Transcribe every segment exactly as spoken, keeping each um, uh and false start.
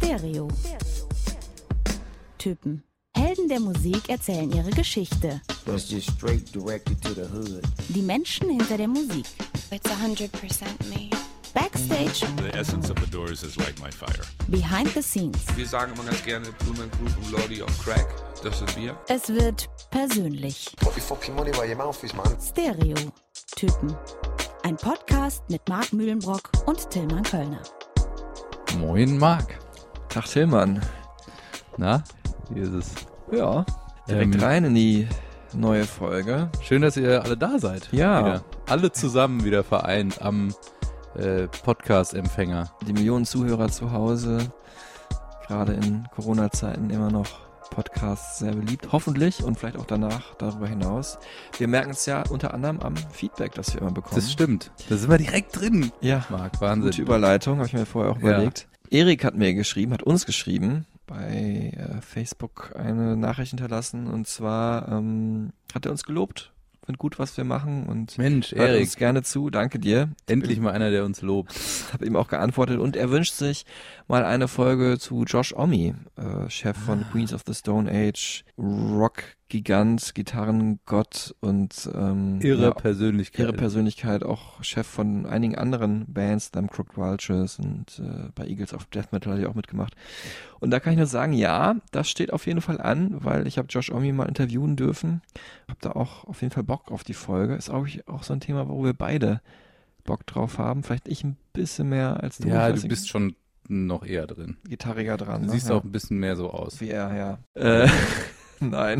Stereo. Typen. Helden der Musik erzählen ihre Geschichte. That's just straight directed to the hood. Die Menschen hinter der Musik. It's one hundred percent me. Backstage. The essence of the Doors is like my fire. Behind the scenes. Wir sagen immer ganz gerne Blue Man Group und Lordy on Crack. Das sind wir. Es wird persönlich. Put your fucking money where your mouth is, man. Stereo. Typen. Ein Podcast mit Marc Mühlenbrock und Tillmann Kölner. Moin Marc. Tag Tillmann. Na, wie ist es? Ja, direkt Ähm, rein in die neue Folge. Schön, dass ihr alle da seid. Ja. Wieder. Alle zusammen wieder vereint am äh, Podcast-Empfänger. Die Millionen Zuhörer zu Hause, gerade in Corona-Zeiten immer noch Podcasts sehr beliebt. Hoffentlich und vielleicht auch danach, darüber hinaus. Wir merken es ja unter anderem am Feedback, das wir immer bekommen. Das stimmt. Da sind wir direkt drin. Ja, Marc, Wahnsinn. gute Überleitung, habe ich mir vorher auch Ja. überlegt. Erik hat mir geschrieben, hat uns geschrieben, bei äh, Facebook eine Nachricht hinterlassen und zwar ähm, hat er uns gelobt. Findet gut, was wir machen und Mensch, hört Erik, uns gerne zu. Danke dir. endlich mal einer, der uns lobt. Habe ihm auch geantwortet und er wünscht sich mal eine Folge zu Josh Homme, äh, Chef von Ah. Queens of the Stone Age, Rock-Gigant, Gitarrengott und ähm, Irre ja, Persönlichkeit. ihre Persönlichkeit, auch Chef von einigen anderen Bands, dann Crooked Vultures und äh, bei Eagles of Death Metal hat er auch mitgemacht. Und da kann ich nur sagen, ja, das steht auf jeden Fall an, weil ich habe Josh Homme mal interviewen dürfen. Hab da auch auf jeden Fall Bock auf die Folge. Ist auch, auch so ein Thema, wo wir beide Bock drauf haben. Vielleicht ich ein bisschen mehr als du. Ja, Ich weiß du nicht, bist schon noch eher drin. Gitarriger dran. Du ne? siehst ja. auch ein bisschen mehr so aus. Wie er, ja. Äh, nein.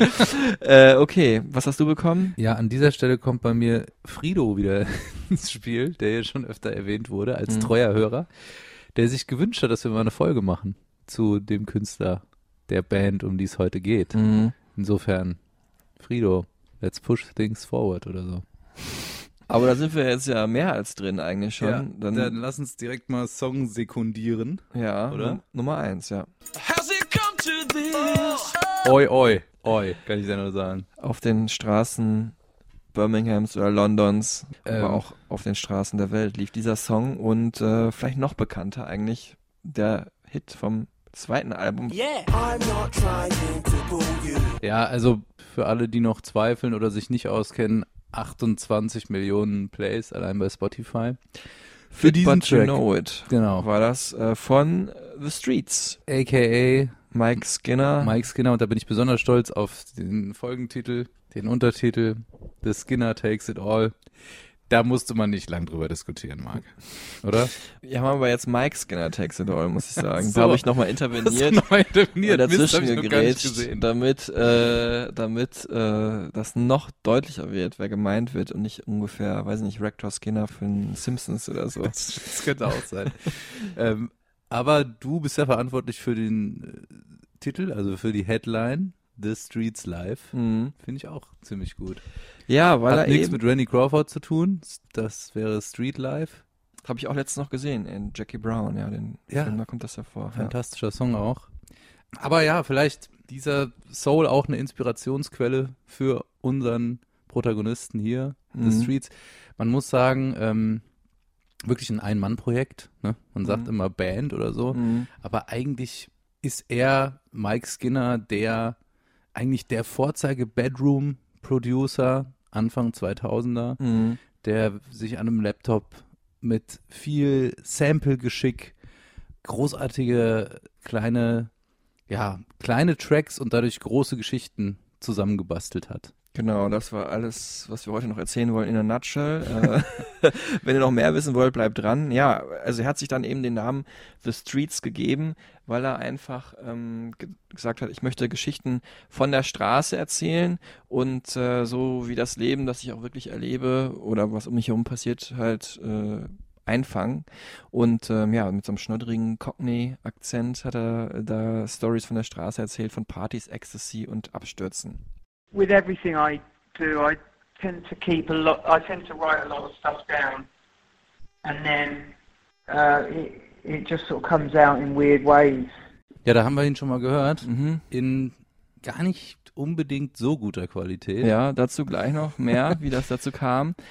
äh, okay, was hast du bekommen? Ja, an dieser Stelle kommt bei mir Frido wieder ins Spiel, der hier schon öfter erwähnt wurde, als Mhm. treuer Hörer, der sich gewünscht hat, dass wir mal eine Folge machen zu dem Künstler der Band, um die es heute geht. Mhm. Insofern, Frido, let's push things forward oder so. Aber da sind wir jetzt ja mehr als drin eigentlich schon. Ja, dann, dann lass uns direkt mal Song sekundieren. ja, oder? Num- Nummer eins, ja. How's it come to this? Oi, oi, oi, kann ich ja nur sagen. Auf den Straßen Birminghams oder Londons, Ähm. aber auch auf den Straßen der Welt lief dieser Song und äh, vielleicht noch bekannter eigentlich der Hit vom zweiten Album. Ja, also für alle, die noch zweifeln oder sich nicht auskennen, achtundzwanzig Millionen Plays allein bei Spotify. Für Fit diesen But You Track. Know It Genau. war das äh, von The Streets. A K A Mike Skinner. Mike Skinner, und da bin ich besonders stolz auf den Folgentitel, den Untertitel, The Skinner Takes It All. Da musste man nicht lang drüber diskutieren, Marc. Oder? Ja, haben wir jetzt Mike Skinner Takes It All, muss ich sagen. So. Da habe ich nochmal Hast du interveniert. nochmal und interveniert? Mist, dazwischen hab ich noch gar nicht gegrätscht, gesehen. damit, äh, damit äh, das noch deutlicher wird, wer gemeint wird und nicht ungefähr, weiß ich nicht, Rector Skinner für den Simpsons oder so. Das, das könnte auch sein. ähm, aber du bist ja verantwortlich für den äh, Titel, also für die Headline, The Streets Live. Mhm. Finde ich auch ziemlich gut. Ja, weil Hat er nichts eben, mit Randy Crawford zu tun. Das wäre Street Life. habe ich auch letztens noch gesehen, in Jackie Brown, ja, den Ja. Film, da kommt das ja vor. Ja. Fantastischer Song auch. Aber ja, vielleicht dieser Soul auch eine Inspirationsquelle für unseren Protagonisten hier, Mhm. The Streets. Man muss sagen, ähm, wirklich ein Ein-Mann-Projekt. Ne? Man sagt Mhm. immer Band oder so. Mhm. Aber eigentlich ist er, Mike Skinner, der eigentlich der Vorzeige-Bedroom-Producer Anfang zweitausender, Mhm. der sich an einem Laptop mit viel Sample-Geschick großartige kleine, ja, kleine Tracks und dadurch große Geschichten zusammengebastelt hat. Genau, das war alles, was wir heute noch erzählen wollen in a nutshell. äh, wenn ihr noch mehr wissen wollt, bleibt dran. Ja, also er hat sich dann eben den Namen The Streets gegeben, weil er einfach ähm, ge- gesagt hat, ich möchte Geschichten von der Straße erzählen und äh, so wie das Leben, das ich auch wirklich erlebe oder was um mich herum passiert, halt äh, einfangen. Und ähm, ja, mit so einem schnoddrigen Cockney-Akzent hat er da Stories von der Straße erzählt, von Partys, Ecstasy und Abstürzen. With everything I do, I tend to keep a lot. I tend to write a lot of stuff down, and then uh, it it just sort of comes out in weird ways. Ja, da haben wir ihn schon mal gehört. Mhm. In gar nicht unbedingt so guter Qualität. Ja, dazu gleich noch mehr, wie das dazu kam.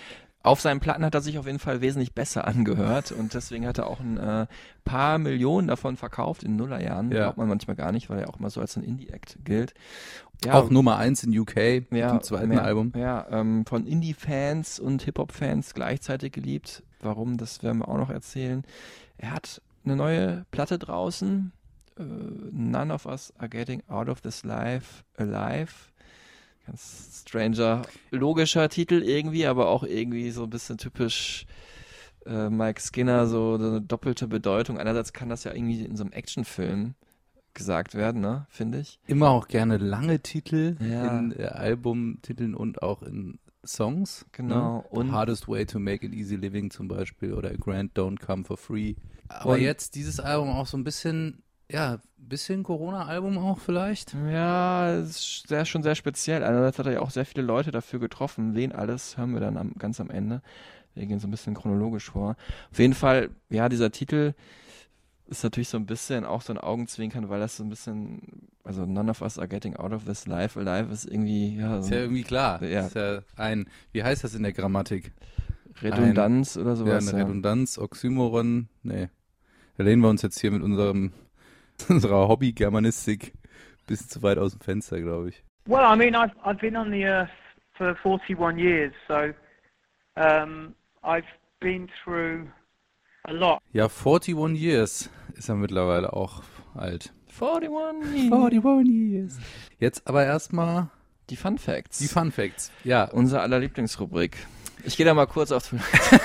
Auf seinen Platten hat er sich auf jeden Fall wesentlich besser angehört und deswegen hat er auch ein äh, paar Millionen davon verkauft in den Nullerjahren. Ja. Glaubt man manchmal gar nicht, weil er auch immer so als ein Indie-Act gilt. Ja, Auch Nummer eins in U K ja, mit dem zweiten mehr, Album. Ja, ähm, von Indie-Fans und Hip-Hop-Fans gleichzeitig geliebt. Warum, das werden wir auch noch erzählen. Er hat eine neue Platte draußen. Uh, None of us are getting out of this life alive. Ganz stranger, logischer Titel irgendwie, aber auch irgendwie so ein bisschen typisch äh, Mike Skinner, so eine doppelte Bedeutung. Einerseits kann das ja irgendwie in so einem Actionfilm gesagt werden, ne, finde ich. Immer auch gerne lange Titel Ja. in äh, Albumtiteln und auch in Songs. Genau. Ne? Und- The Hardest Way to Make It Easy Living zum Beispiel oder A Grant Don't Come for Free. Aber Und- jetzt dieses Album auch so ein bisschen, ja, ein bisschen Corona-Album auch vielleicht. Ja, es ist sehr, schon sehr speziell. Einerseits hat er ja auch sehr viele Leute dafür getroffen. Wen alles hören wir dann am, ganz am Ende. Wir gehen so ein bisschen chronologisch vor. Auf jeden Fall, ja, dieser Titel ist natürlich so ein bisschen auch so ein Augenzwinkern, weil das so ein bisschen, also None of us are getting out of this life alive ist irgendwie, ja, Ist so ja irgendwie klar. Ja. Ist ja ein, wie heißt das in der Grammatik? Redundanz oder Ja, sowas. eine Ja, Redundanz, Oxymoron. Nee. Da lehnen wir uns jetzt hier mit unserem unserer Hobby-Germanistik ein bisschen zu weit aus dem Fenster, glaube ich. Well, I mean, I've I've been on the earth for forty-one years, so um, I've been through a lot. Ja, forty-one Years ist er mittlerweile auch alt. forty-one. forty-one Years. Jetzt aber erstmal Die Fun Facts. die Fun Facts. Ja, Unser aller Lieblingsrubrik. Ich gehe da mal kurz auf.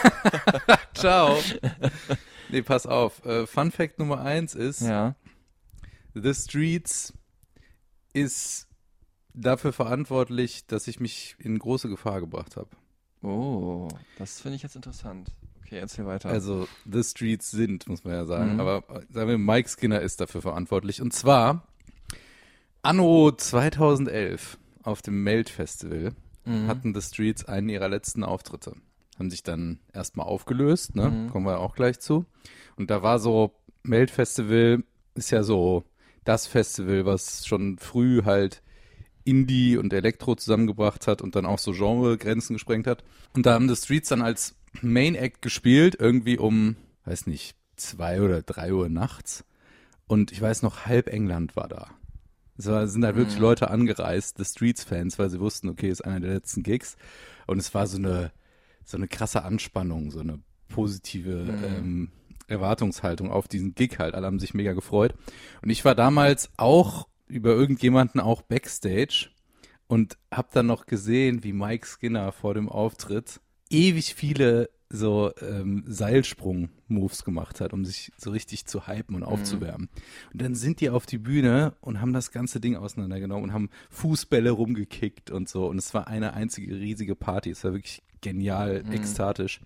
ciao. Nee, pass auf. Äh, Fun Fact Nummer eins ist, Ja. The Streets ist dafür verantwortlich, dass ich mich in große Gefahr gebracht habe. Oh, das finde ich jetzt interessant. Okay, erzähl weiter. Also The Streets sind, muss man ja sagen. Mhm. Aber äh, sagen wir, Mike Skinner ist dafür verantwortlich. Und zwar anno zweitausendelf auf dem Melt Festival Mhm. hatten The Streets einen ihrer letzten Auftritte. Haben sich dann erstmal aufgelöst, ne? Mhm. Kommen wir auch gleich zu. Und da war so, Melt Festival ist ja so das Festival, was schon früh halt Indie und Elektro zusammengebracht hat und dann auch so Genregrenzen gesprengt hat. Und da haben The Streets dann als Main Act gespielt, irgendwie um, weiß nicht, zwei oder drei Uhr nachts. Und ich weiß noch, halb England war da. Es war, sind halt wirklich Mhm. Leute angereist, The Streets-Fans, weil sie wussten, okay, ist einer der letzten Gigs. Und es war so eine, so eine krasse Anspannung, so eine positive Mhm. ähm, Erwartungshaltung auf diesen Gig halt. Alle haben sich mega gefreut. Und ich war damals auch über irgendjemanden auch Backstage und hab dann noch gesehen, wie Mike Skinner vor dem Auftritt ewig viele so ähm, Seilsprung-Moves gemacht hat, um sich so richtig zu hypen und aufzuwärmen. Und dann sind die auf die Bühne und haben das ganze Ding auseinandergenommen und haben Fußbälle rumgekickt und so. Und es war eine einzige riesige Party. Es war wirklich genial, Mhm. ekstatisch.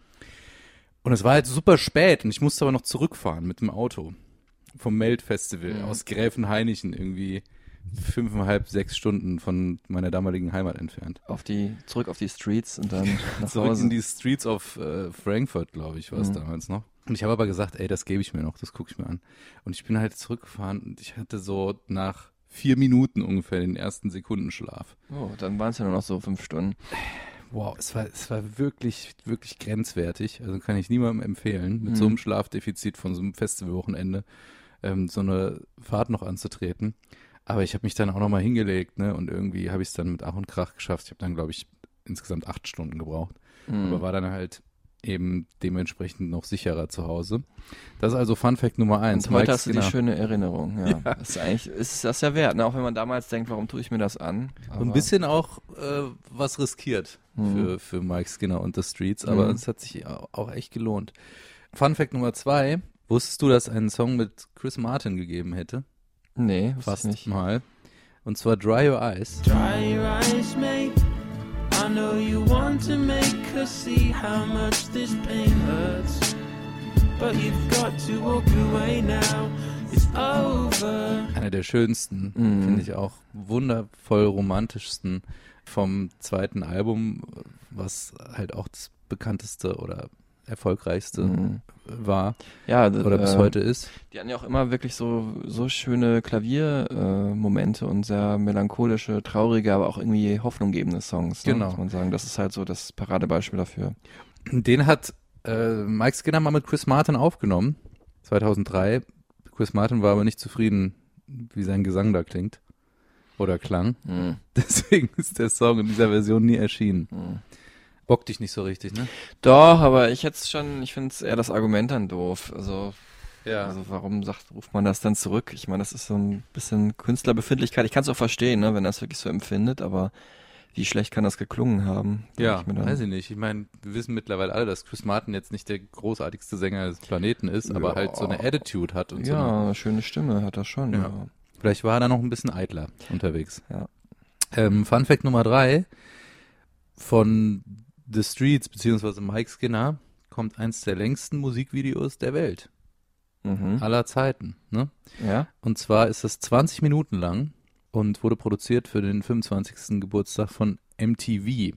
Und es war halt super spät und ich musste aber noch zurückfahren mit dem Auto vom Melt-Festival Mhm. aus Gräfenhainichen, irgendwie fünfeinhalb, sechs Stunden von meiner damaligen Heimat entfernt. Auf die, zurück auf die Streets und dann nach Zurück Hause. in die Streets of äh, Frankfurt, glaube ich, war es Mhm. damals noch. Und ich habe aber gesagt, ey, das gebe ich mir noch, das gucke ich mir an. Und ich bin halt zurückgefahren und ich hatte so nach vier Minuten ungefähr den ersten Sekundenschlaf. Oh, dann waren es ja nur noch so fünf Stunden. Wow, es war, es war wirklich, wirklich grenzwertig. Also kann ich niemandem empfehlen, mit Mhm. so einem Schlafdefizit von so einem Festivalwochenende ähm, so eine Fahrt noch anzutreten. Aber ich habe mich dann auch nochmal hingelegt, ne? Und irgendwie habe ich es dann mit Ach und Krach geschafft. Ich habe dann, glaube ich, insgesamt acht Stunden gebraucht. Mhm. Aber war dann halt eben dementsprechend noch sicherer zu Hause. Das ist also Fun Fact Nummer eins. Und heute Mike hast du die Skinner. schöne Erinnerung. Ja. Ja. Das ist eigentlich, ist das ja wert, ne? Auch wenn man damals denkt, warum tue ich mir das an? Und ein bisschen auch äh, was riskiert Mhm. für, für Mike Skinner und The Streets, aber Mhm. es hat sich au- auch echt gelohnt. Fun Fact Nummer zwei. Wusstest du, dass es einen Song mit Chris Martin gegeben hätte? Nee, wusste Fast ich nicht. mal. Und zwar Dry Your Eyes. Dry your eyes, mate. I know you want to make us see how much this pain hurts. But you've got to walk away now. It's over. Einer der schönsten, Mhm. finde ich auch wundervoll romantischsten vom zweiten Album, was halt auch das bekannteste oder erfolgreichste Mhm. war Ja, d- oder bis äh, heute ist. Die hatten ja auch immer wirklich so, so schöne Klaviermomente äh, Momente und sehr melancholische, traurige, aber auch irgendwie hoffnunggebende Songs. Ne? Genau. Muss man sagen. Das ist halt so das Paradebeispiel dafür. Den hat äh, Mike Skinner mal mit Chris Martin aufgenommen, zweitausenddrei. Chris Martin war aber nicht zufrieden, wie sein Gesang da klingt oder klang. Mhm. Deswegen ist der Song in dieser Version nie erschienen. Mhm. Bockt dich nicht so richtig, ne? Doch, aber ich hätte schon, ich finde eher das Argument dann doof. Also, Ja. also warum sagt, ruft man das dann zurück? Ich meine, das ist so ein bisschen Künstlerbefindlichkeit. Ich kann es auch verstehen, ne, wenn er es wirklich so empfindet, aber wie schlecht kann das geklungen haben? Ja, ich mir dann. weiß ich nicht. Ich meine, wir wissen mittlerweile alle, dass Chris Martin jetzt nicht der großartigste Sänger des Planeten ist, aber Ja. halt so eine Attitude hat und so. Eine, Ja, eine schöne Stimme hat er schon. Ja. Ja. vielleicht war er da noch ein bisschen eitler unterwegs. Ja. Ähm, Fun Fact Nummer drei: Von The Streets beziehungsweise Mike Skinner kommt eins der längsten Musikvideos der Welt. Mhm. Aller Zeiten, ne? Ja. Und zwar ist es zwanzig Minuten lang und wurde produziert für den fünfundzwanzigsten Geburtstag von M T V.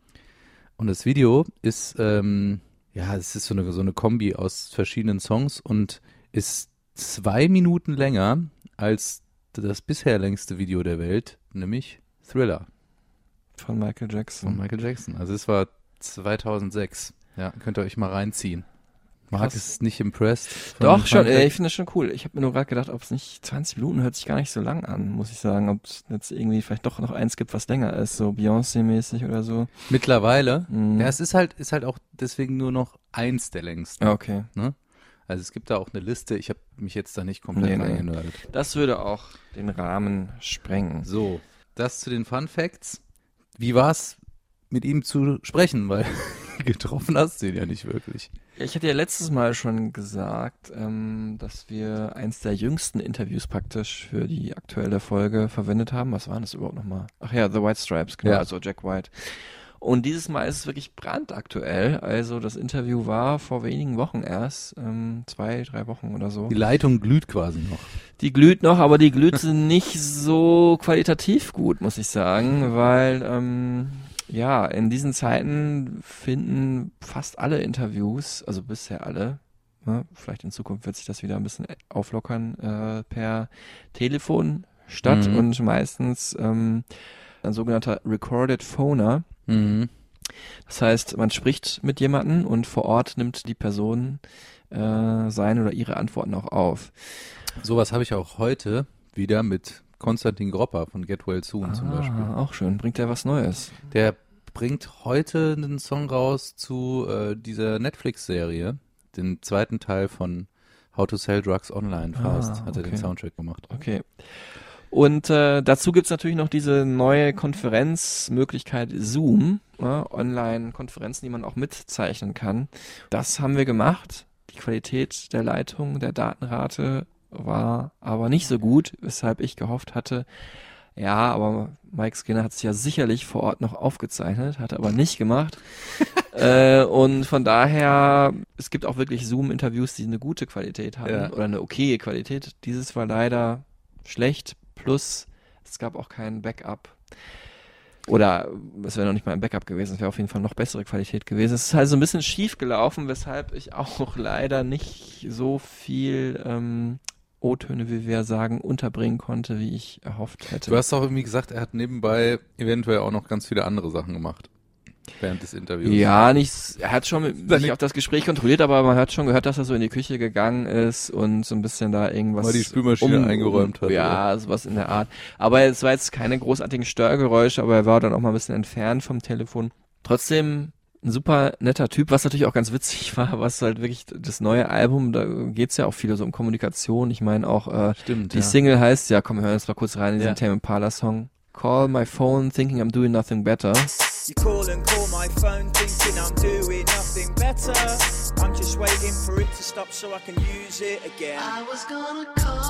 Und das Video ist, ähm, ja, es ist so eine, so eine Kombi aus verschiedenen Songs und ist zwei Minuten länger als das bisher längste Video der Welt, nämlich Thriller Von Michael Jackson. von Michael Jackson. Also es war zweitausendsechs. Ja, könnt ihr euch mal reinziehen. Marc Krass. ist nicht impressed. von Doch, dem schon. Fun Fact. Äh, ich finde das schon cool. Ich habe mir nur gerade gedacht, ob es nicht, zwanzig Minuten hört sich gar nicht so lang an, muss ich sagen. Ob es jetzt irgendwie vielleicht doch noch eins gibt, was länger ist, so Beyoncé-mäßig oder so. Mittlerweile. Mhm. Ja, es ist halt, ist halt auch deswegen nur noch eins der längsten. Ja, okay. Also es gibt da auch eine Liste. Ich habe mich jetzt da nicht komplett Nee, nee. reingenördet. Das würde auch den Rahmen sprengen. So, das zu den Fun Facts. Wie war's, mit ihm zu sprechen? Weil getroffen hast du ihn ja nicht wirklich. Ich hatte ja letztes Mal schon gesagt, ähm, dass wir eins der jüngsten Interviews praktisch für die aktuelle Folge verwendet haben. Was war das überhaupt nochmal? Ach ja, The White Stripes, genau, Ja. also Jack White. Und dieses Mal ist es wirklich brandaktuell. Also das Interview war vor wenigen Wochen erst, ähm, zwei, drei Wochen oder so. Die Leitung glüht quasi noch. Die glüht noch, aber die glüht nicht so qualitativ gut, muss ich sagen, weil ähm, ja, in diesen Zeiten finden fast alle Interviews, also bisher alle, ne, vielleicht in Zukunft wird sich das wieder ein bisschen auflockern, äh, per Telefon statt Mhm. und meistens ähm, ein sogenannter Recorded Phoner. Mhm. Das heißt, man spricht mit jemandem und vor Ort nimmt die Person äh, seine oder ihre Antworten auch auf. Sowas habe ich auch heute wieder mit Konstantin Gropper von Get Well Soon zum Beispiel. Ah, auch schön. Bringt er was Neues? Der bringt heute einen Song raus zu äh, dieser Netflix-Serie, den zweiten Teil von How to Sell Drugs Online Fast, Ah, hat er den okay. Soundtrack gemacht. Okay. Und äh, dazu gibt's natürlich noch diese neue Konferenzmöglichkeit Zoom, ja, Online-Konferenzen, die man auch mitzeichnen kann. Das haben wir gemacht. Die Qualität der Leitung, der Datenrate war aber nicht so gut, weshalb ich gehofft hatte, ja, aber Mike Skinner hat es ja sicherlich vor Ort noch aufgezeichnet, hat er aber nicht gemacht. äh, und von daher, es gibt auch wirklich Zoom-Interviews, die eine gute Qualität haben Ja. oder eine okaye Qualität. Dieses war leider schlecht, plus es gab auch kein Backup. Oder es wäre noch nicht mal ein Backup gewesen, es wäre auf jeden Fall noch bessere Qualität gewesen. Es ist halt so ein bisschen schief gelaufen, weshalb ich auch leider nicht so viel ähm, O-Töne, wie wir sagen, unterbringen konnte, wie ich erhofft hätte. Du hast auch irgendwie gesagt, er hat nebenbei eventuell auch noch ganz viele andere Sachen gemacht während des Interviews. Ja, nicht, er hat schon mit, Seine- sich auf das Gespräch kontrolliert, aber man hat schon gehört, dass er so in die Küche gegangen ist und so ein bisschen da irgendwas Mal die Spülmaschine eingeräumt hat, Ja, sowas in der Art. Aber es war jetzt keine großartigen Störgeräusche, aber er war dann auch mal ein bisschen entfernt vom Telefon. Trotzdem ein super netter Typ, was natürlich auch ganz witzig war, was halt wirklich das neue Album, da geht's ja auch viel so um Kommunikation. Ich meine auch, äh, Stimmt, die ja. Single heißt, ja komm, wir hören jetzt mal kurz rein in diesen Ja. Tame Impala Song. Call my phone, thinking I'm doing nothing better. You call and call my phone thinking I'm doing nothing better. I'm just waiting for it to stop so I can use it again. I was gonna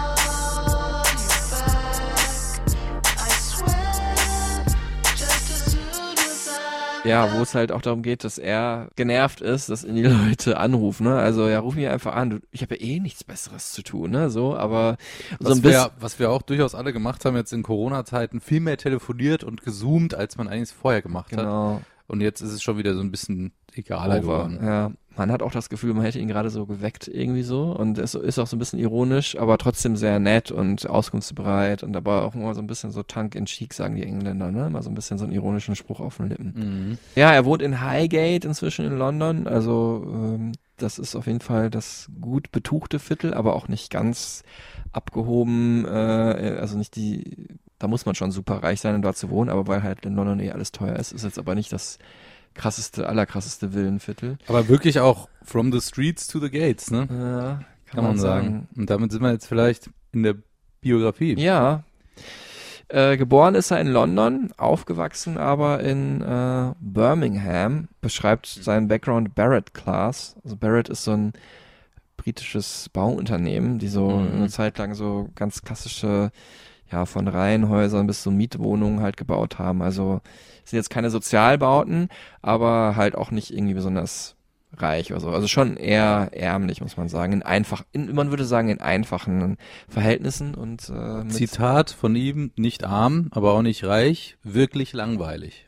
call you back. I swear, just as soon as I... Ja, wo es halt auch darum geht, dass er genervt ist, dass ihn die Leute anrufen, ne? Also ja, ruf mich einfach an. Du, ich habe ja eh nichts Besseres zu tun, ne? So, aber so Was, ein bisschen. wir, was wir auch durchaus alle gemacht haben jetzt in Corona-Zeiten, viel mehr telefoniert und gezoomt, als man eigentlich vorher gemacht hat. Genau. Und jetzt ist es schon wieder so ein bisschen egaler Over. geworden. Ja, man hat auch das Gefühl, man hätte ihn gerade so geweckt irgendwie so und es ist auch so ein bisschen ironisch, aber trotzdem sehr nett und auskunftsbereit und aber auch immer so ein bisschen so tongue in cheek, sagen die Engländer, ne? Mal so ein bisschen so einen ironischen Spruch auf den Lippen. Mhm. Ja, er wohnt in Highgate inzwischen in London, also ähm, das ist auf jeden Fall das gut betuchte Viertel, aber auch nicht ganz abgehoben, äh, also nicht die, da muss man schon super reich sein, um dort zu wohnen, aber weil halt in London eh alles teuer ist, ist jetzt aber nicht das krasseste, allerkrasseste Villenviertel. Aber wirklich auch from the streets to the gates, ne? Ja, Kann, kann man man sagen. sagen. Und damit sind wir jetzt vielleicht in der Biografie. Ja. Äh, geboren ist er in London, aufgewachsen aber in äh, Birmingham, beschreibt seinen Background Barrett Class. Also Barrett ist so ein britisches Bauunternehmen, die so Mhm. eine Zeit lang so ganz klassische, ja, von Reihenhäusern bis zu Mietwohnungen halt gebaut haben. Also sind jetzt keine Sozialbauten, aber halt auch nicht irgendwie besonders reich oder so. Also schon eher ärmlich, muss man sagen. In einfach, in, man würde sagen, in einfachen Verhältnissen und äh, mit Zitat von ihm, nicht arm, aber auch nicht reich, wirklich langweilig.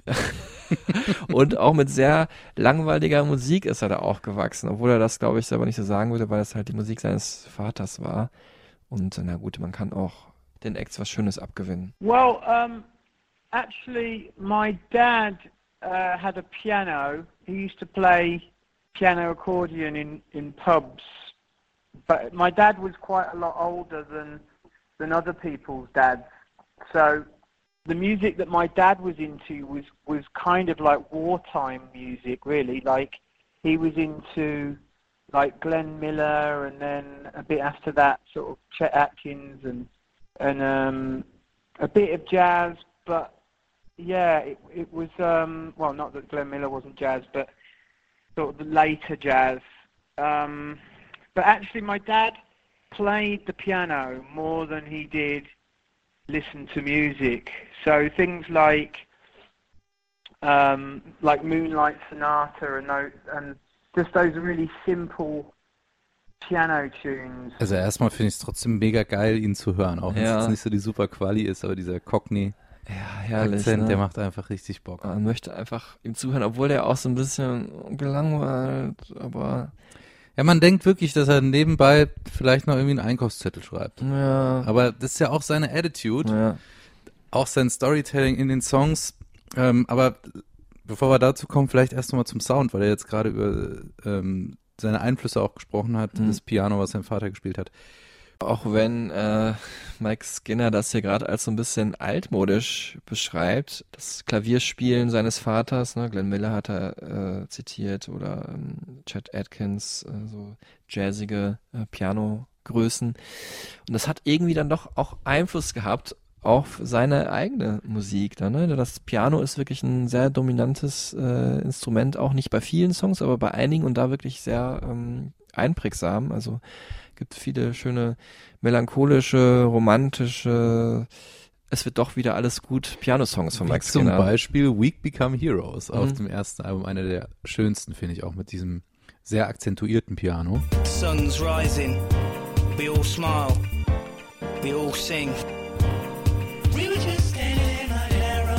und auch mit sehr langweiliger Musik ist er da auch gewachsen, obwohl er das, glaube ich, selber nicht so sagen würde, weil es halt die Musik seines Vaters war. Und na gut, man kann auch den Acts was Schönes abgewinnen. Well, um, actually, my dad uh, had a piano. He used to play piano accordion in, in pubs. But my dad was quite a lot older than than other people's dads. So the music that my dad was into was, was kind of like wartime music, really. Like he was into like Glenn Miller, and then a bit after that, sort of Chet Atkins and and um, a bit of jazz. But yeah, it, it was um, well, not that Glenn Miller wasn't jazz, but sort of the later jazz. Um, but actually, my dad played the piano more than he did listen to music. So things like um, like Moonlight Sonata and those, and just those really simple piano tunes. Also erstmal finde ich es trotzdem mega geil, ihn zu hören, auch wenn es Ja. jetzt nicht so die super Quali ist, aber dieser Cockney Ja, herrlich. Akzent, Ne? der macht einfach richtig Bock. Man möchte einfach ihm zuhören, obwohl der auch so ein bisschen gelangweilt, aber Ja, man denkt wirklich, dass er nebenbei vielleicht noch irgendwie einen Einkaufszettel schreibt. ja, Aber das ist ja auch seine Attitude, ja. auch sein Storytelling in den Songs. Ähm, aber bevor wir dazu kommen, vielleicht erst nochmal zum Sound, weil er jetzt gerade über ähm, seine Einflüsse auch gesprochen hat, Mhm. das Piano, was sein Vater gespielt hat. Auch wenn äh, Mike Skinner das hier gerade als so ein bisschen altmodisch beschreibt, das Klavierspielen seines Vaters, ne, Glenn Miller hat er äh, zitiert oder ähm, Chet Atkins, äh, so jazzige äh, Pianogrößen. Und das hat irgendwie dann doch auch Einfluss gehabt auf seine eigene Musik. Dann, ne? Das Piano ist wirklich ein sehr dominantes äh, Instrument, auch nicht bei vielen Songs, aber bei einigen und da wirklich sehr ähm, einprägsam. Also gibt viele schöne melancholische, romantische, es wird doch wieder alles gut Piano-Songs von Wie Mike zum Skinner. Beispiel Weak Become Heroes auf Mhm. dem ersten Album, einer der schönsten, finde ich, auch mit diesem sehr akzentuierten Piano. Sun's rising, we all smile, we all sing. We were just standing in my narrow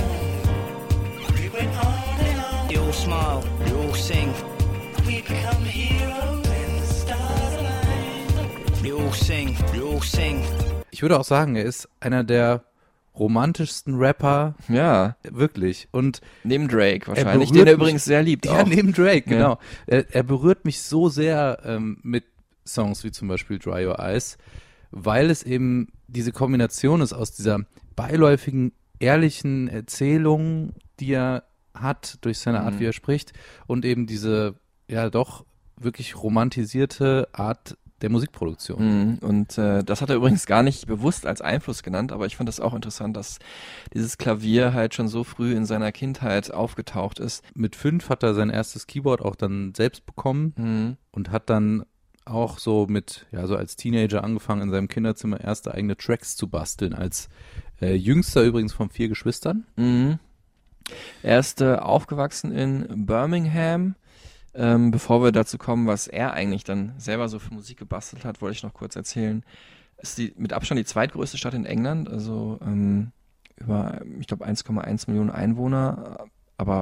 home. We went on and on. We all smile, we all sing. We become heroes and the stars align. We all sing, we all sing. Ich würde auch sagen, er ist einer der romantischsten Rapper, Ja, wirklich. Und neben Drake wahrscheinlich, berührt den er mich- übrigens sehr liebt ja, auch. neben Drake, Ja. genau. Er, er berührt mich so sehr ähm, mit Songs wie zum Beispiel Dry Your Eyes, weil es eben diese Kombination ist aus dieser beiläufigen, ehrlichen Erzählung, die er hat durch seine Art, Mhm. wie er spricht, und eben diese, ja doch, wirklich romantisierte Art der Musikproduktion. Mhm. Und äh, das hat er übrigens gar nicht bewusst als Einfluss genannt, aber ich fand das auch interessant, dass dieses Klavier halt schon so früh in seiner Kindheit aufgetaucht ist. Mit fünf hat er sein erstes Keyboard auch dann selbst bekommen Mhm. und hat dann auch so mit, ja, so als Teenager angefangen, in seinem Kinderzimmer erste eigene Tracks zu basteln, als äh, jüngster übrigens von vier Geschwistern. Mhm. Er ist äh, aufgewachsen in Birmingham. Ähm, bevor wir dazu kommen, was er eigentlich dann selber so für Musik gebastelt hat, wollte ich noch kurz erzählen. Ist die mit Abstand die zweitgrößte Stadt in England, also ähm, über, ich glaube, eins Komma eins Millionen Einwohner, aber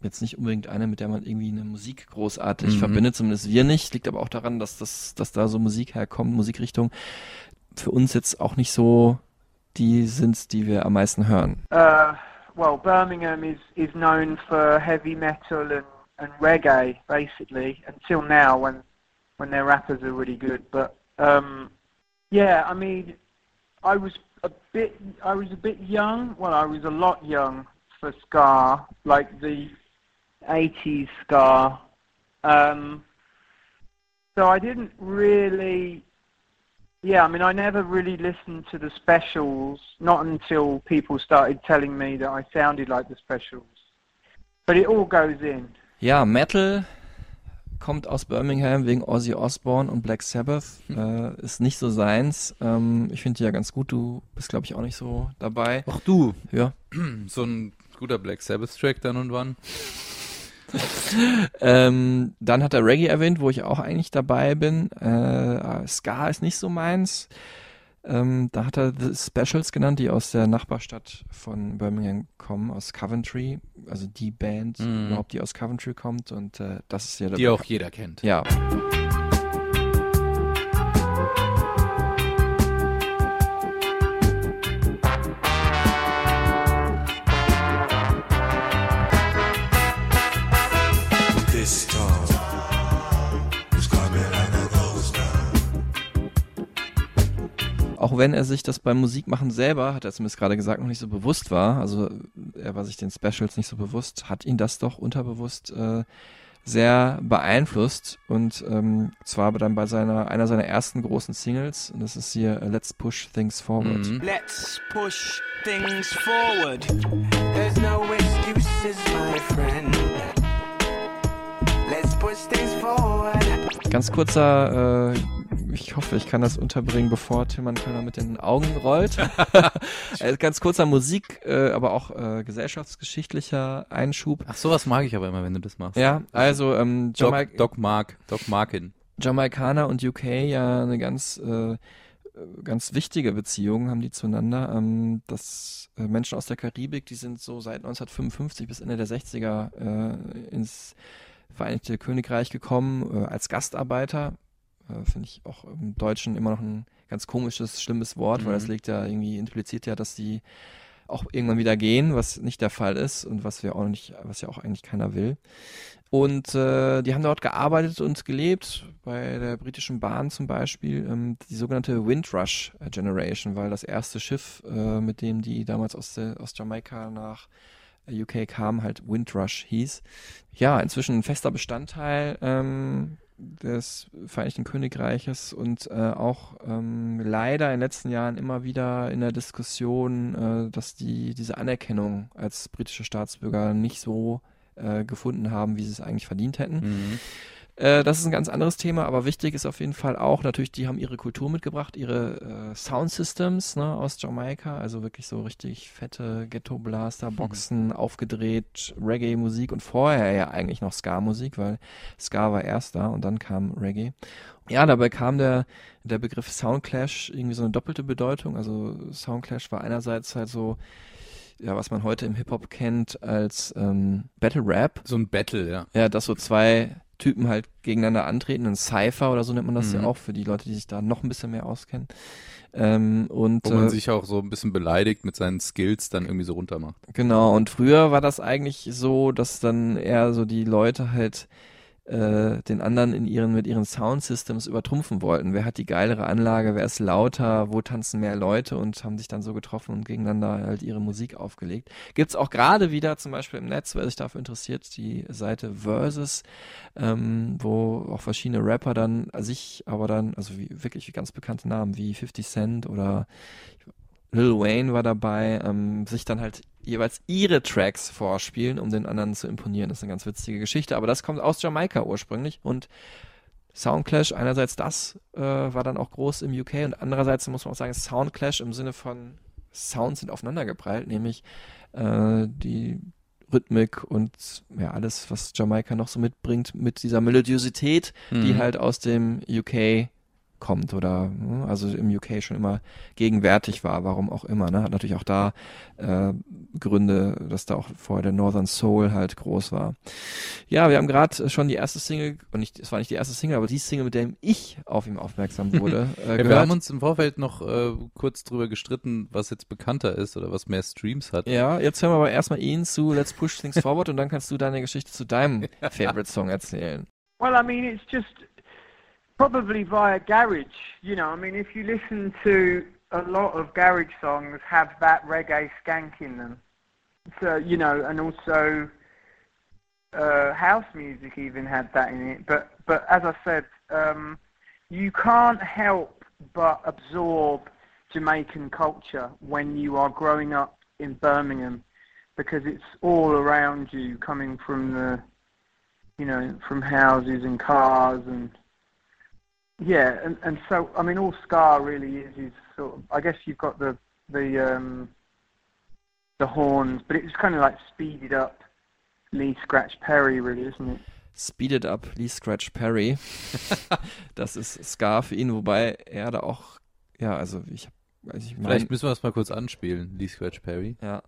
jetzt nicht unbedingt eine, mit der man irgendwie eine Musik großartig Mhm. verbindet, zumindest wir nicht. Liegt aber auch daran, dass das, dass da so Musik herkommt, Musikrichtung für uns jetzt auch nicht so die sind, die wir am meisten hören. Uh, well, Birmingham is, is known for heavy metal and, and reggae, basically, until now when when their rappers are really good. But um, yeah, I mean, I was a bit, I was a bit young. Well, I was a lot young for ska, like the eighties ska. Um, so I didn't really. Yeah, I mean, I never really listened to the Specials, not until people started telling me that I sounded like the Specials. But it all goes in. Ja, Metal kommt aus Birmingham wegen Ozzy Osbourne und Black Sabbath. Äh, ist nicht so seins. Ähm, ich finde die ja ganz gut. Du bist, glaube ich, auch nicht so dabei. Ach du. Ja. So ein guter Black Sabbath-Track dann und wann. ähm, dann hat er Reggae erwähnt, wo ich auch eigentlich dabei bin. Äh, Ska ist nicht so meins. Ähm, da hat er The Specials genannt, die aus der Nachbarstadt von Birmingham kommen, aus Coventry. Also die Band Mhm. überhaupt, die aus Coventry kommt. Und äh, das ist ja der Die auch jeder kennt. Ja. This storm is coming like a ghost town. Auch wenn er sich das beim Musikmachen selber, hat er zumindest gerade gesagt, noch nicht so bewusst war, also er war sich den Specials nicht so bewusst, hat ihn das doch unterbewusst äh, sehr beeinflusst und ähm, zwar dann bei seiner einer seiner ersten großen Singles, und das ist hier uh, Let's Push Things Forward. Mhm. Let's push things forward. There's no excuses, my friend. Let's push things forward. Ganz kurzer, äh, ich hoffe, ich kann das unterbringen, bevor Tilman Kölner mit den Augen rollt. äh, ganz kurzer Musik, äh, aber auch äh, gesellschaftsgeschichtlicher Einschub. Ach, sowas mag ich aber immer, wenn du das machst. Ja, also ähm, Doc, Jamaik- Doc Mark, Doc Markin. Jamaikaner und U K ja eine ganz äh, ganz wichtige Beziehung haben die zueinander. Ähm, das äh, Menschen aus der Karibik, die sind so seit neunzehnhundertfünfundfünfzig bis Ende der sechziger äh, ins Vereinigte Königreich gekommen äh, als Gastarbeiter. Äh, Finde ich auch im Deutschen immer noch ein ganz komisches, schlimmes Wort, Mhm. weil das legt ja irgendwie, impliziert ja, dass die auch irgendwann wieder gehen, was nicht der Fall ist und was wir auch nicht, was ja auch eigentlich keiner will. Und äh, die haben dort gearbeitet und gelebt, bei der britischen Bahn zum Beispiel, ähm, die sogenannte Windrush Generation, weil das erste Schiff, äh, mit dem die damals aus, der, aus Jamaika nach U K kam, halt Windrush hieß. Ja, inzwischen ein fester Bestandteil ähm, des Vereinigten Königreiches und äh, auch ähm, leider in den letzten Jahren immer wieder in der Diskussion, äh, dass die diese Anerkennung als britische Staatsbürger nicht so äh, gefunden haben, wie sie es eigentlich verdient hätten. Mhm. Äh, das ist ein ganz anderes Thema, aber wichtig ist auf jeden Fall auch, natürlich, die haben ihre Kultur mitgebracht, ihre äh, Soundsystems, ne, aus Jamaika, also wirklich so richtig fette Ghetto-Blaster, Boxen, mhm. aufgedreht, Reggae-Musik und vorher ja eigentlich noch Ska-Musik, weil Ska war erst da und dann kam Reggae. Ja, dabei kam der, der Begriff Soundclash irgendwie so eine doppelte Bedeutung, also Soundclash war einerseits halt so, ja, was man heute im Hip-Hop kennt als ähm, Battle Rap. So ein Battle, ja. Ja, dass so zwei Typen halt gegeneinander antreten, ein Cypher oder so nennt man das Mhm. ja auch für die Leute, die sich da noch ein bisschen mehr auskennen. Ähm, und Wo man äh, sich auch so ein bisschen beleidigt mit seinen Skills dann irgendwie so runtermacht. genau, und früher war das eigentlich so, dass dann eher so die Leute halt äh, den anderen in ihren mit ihren Soundsystems übertrumpfen wollten. Wer hat die geilere Anlage, wer ist lauter, wo tanzen mehr Leute und haben sich dann so getroffen und gegeneinander halt ihre Musik aufgelegt. Gibt's auch gerade wieder zum Beispiel im Netz, wer sich dafür interessiert, die Seite Versus, ähm, wo auch verschiedene Rapper dann sich aber dann, also wie, wirklich wie ganz bekannte Namen wie fifty Cent oder Lil Wayne war dabei, ähm, sich dann halt jeweils ihre Tracks vorspielen, um den anderen zu imponieren. Das ist eine ganz witzige Geschichte, aber das kommt aus Jamaika ursprünglich und Soundclash, einerseits das äh, war dann auch groß im U K und andererseits muss man auch sagen, Soundclash im Sinne von Sounds sind aufeinandergeprallt, nämlich äh, die Rhythmik und ja alles, was Jamaika noch so mitbringt, mit dieser Melodiosität, Mhm. die halt aus dem U K kommt oder also im U K schon immer gegenwärtig war, warum auch immer. Ne? Hat natürlich auch da äh, Gründe, dass da auch vorher der Northern Soul halt groß war. Ja, wir haben gerade schon die erste Single, und nicht, es war nicht die erste Single, aber die Single, mit der ich auf ihn aufmerksam wurde, äh, ja, wir haben uns im Vorfeld noch äh, kurz drüber gestritten, was jetzt bekannter ist oder was mehr Streams hat. Ja, jetzt hören wir aber erstmal ihn zu Let's Push Things Forward und dann kannst du deine Geschichte zu deinem Favorite Song erzählen. Well, I mean, it's just probably via garage, you know. I mean, if you listen to a lot of garage songs, have that reggae skank in them. So, you know, and also uh, house music even had that in it. But, but as I said, um, you can't help but absorb Jamaican culture when you are growing up in Birmingham, because it's all around you, coming from the, you know, from houses and cars and yeah, and, and so I mean, all ska really is is sort of. I guess you've got the the um, the horns, but it's kind of like speeded up Lee Scratch Perry, really, isn't it? Speeded Up Lee Scratch Perry. Das ist Ska für ihn, wobei er da auch, ja, also ich habe. Also ich mein, Vielleicht müssen wir das mal kurz anspielen, Lee Scratch Perry. Ja.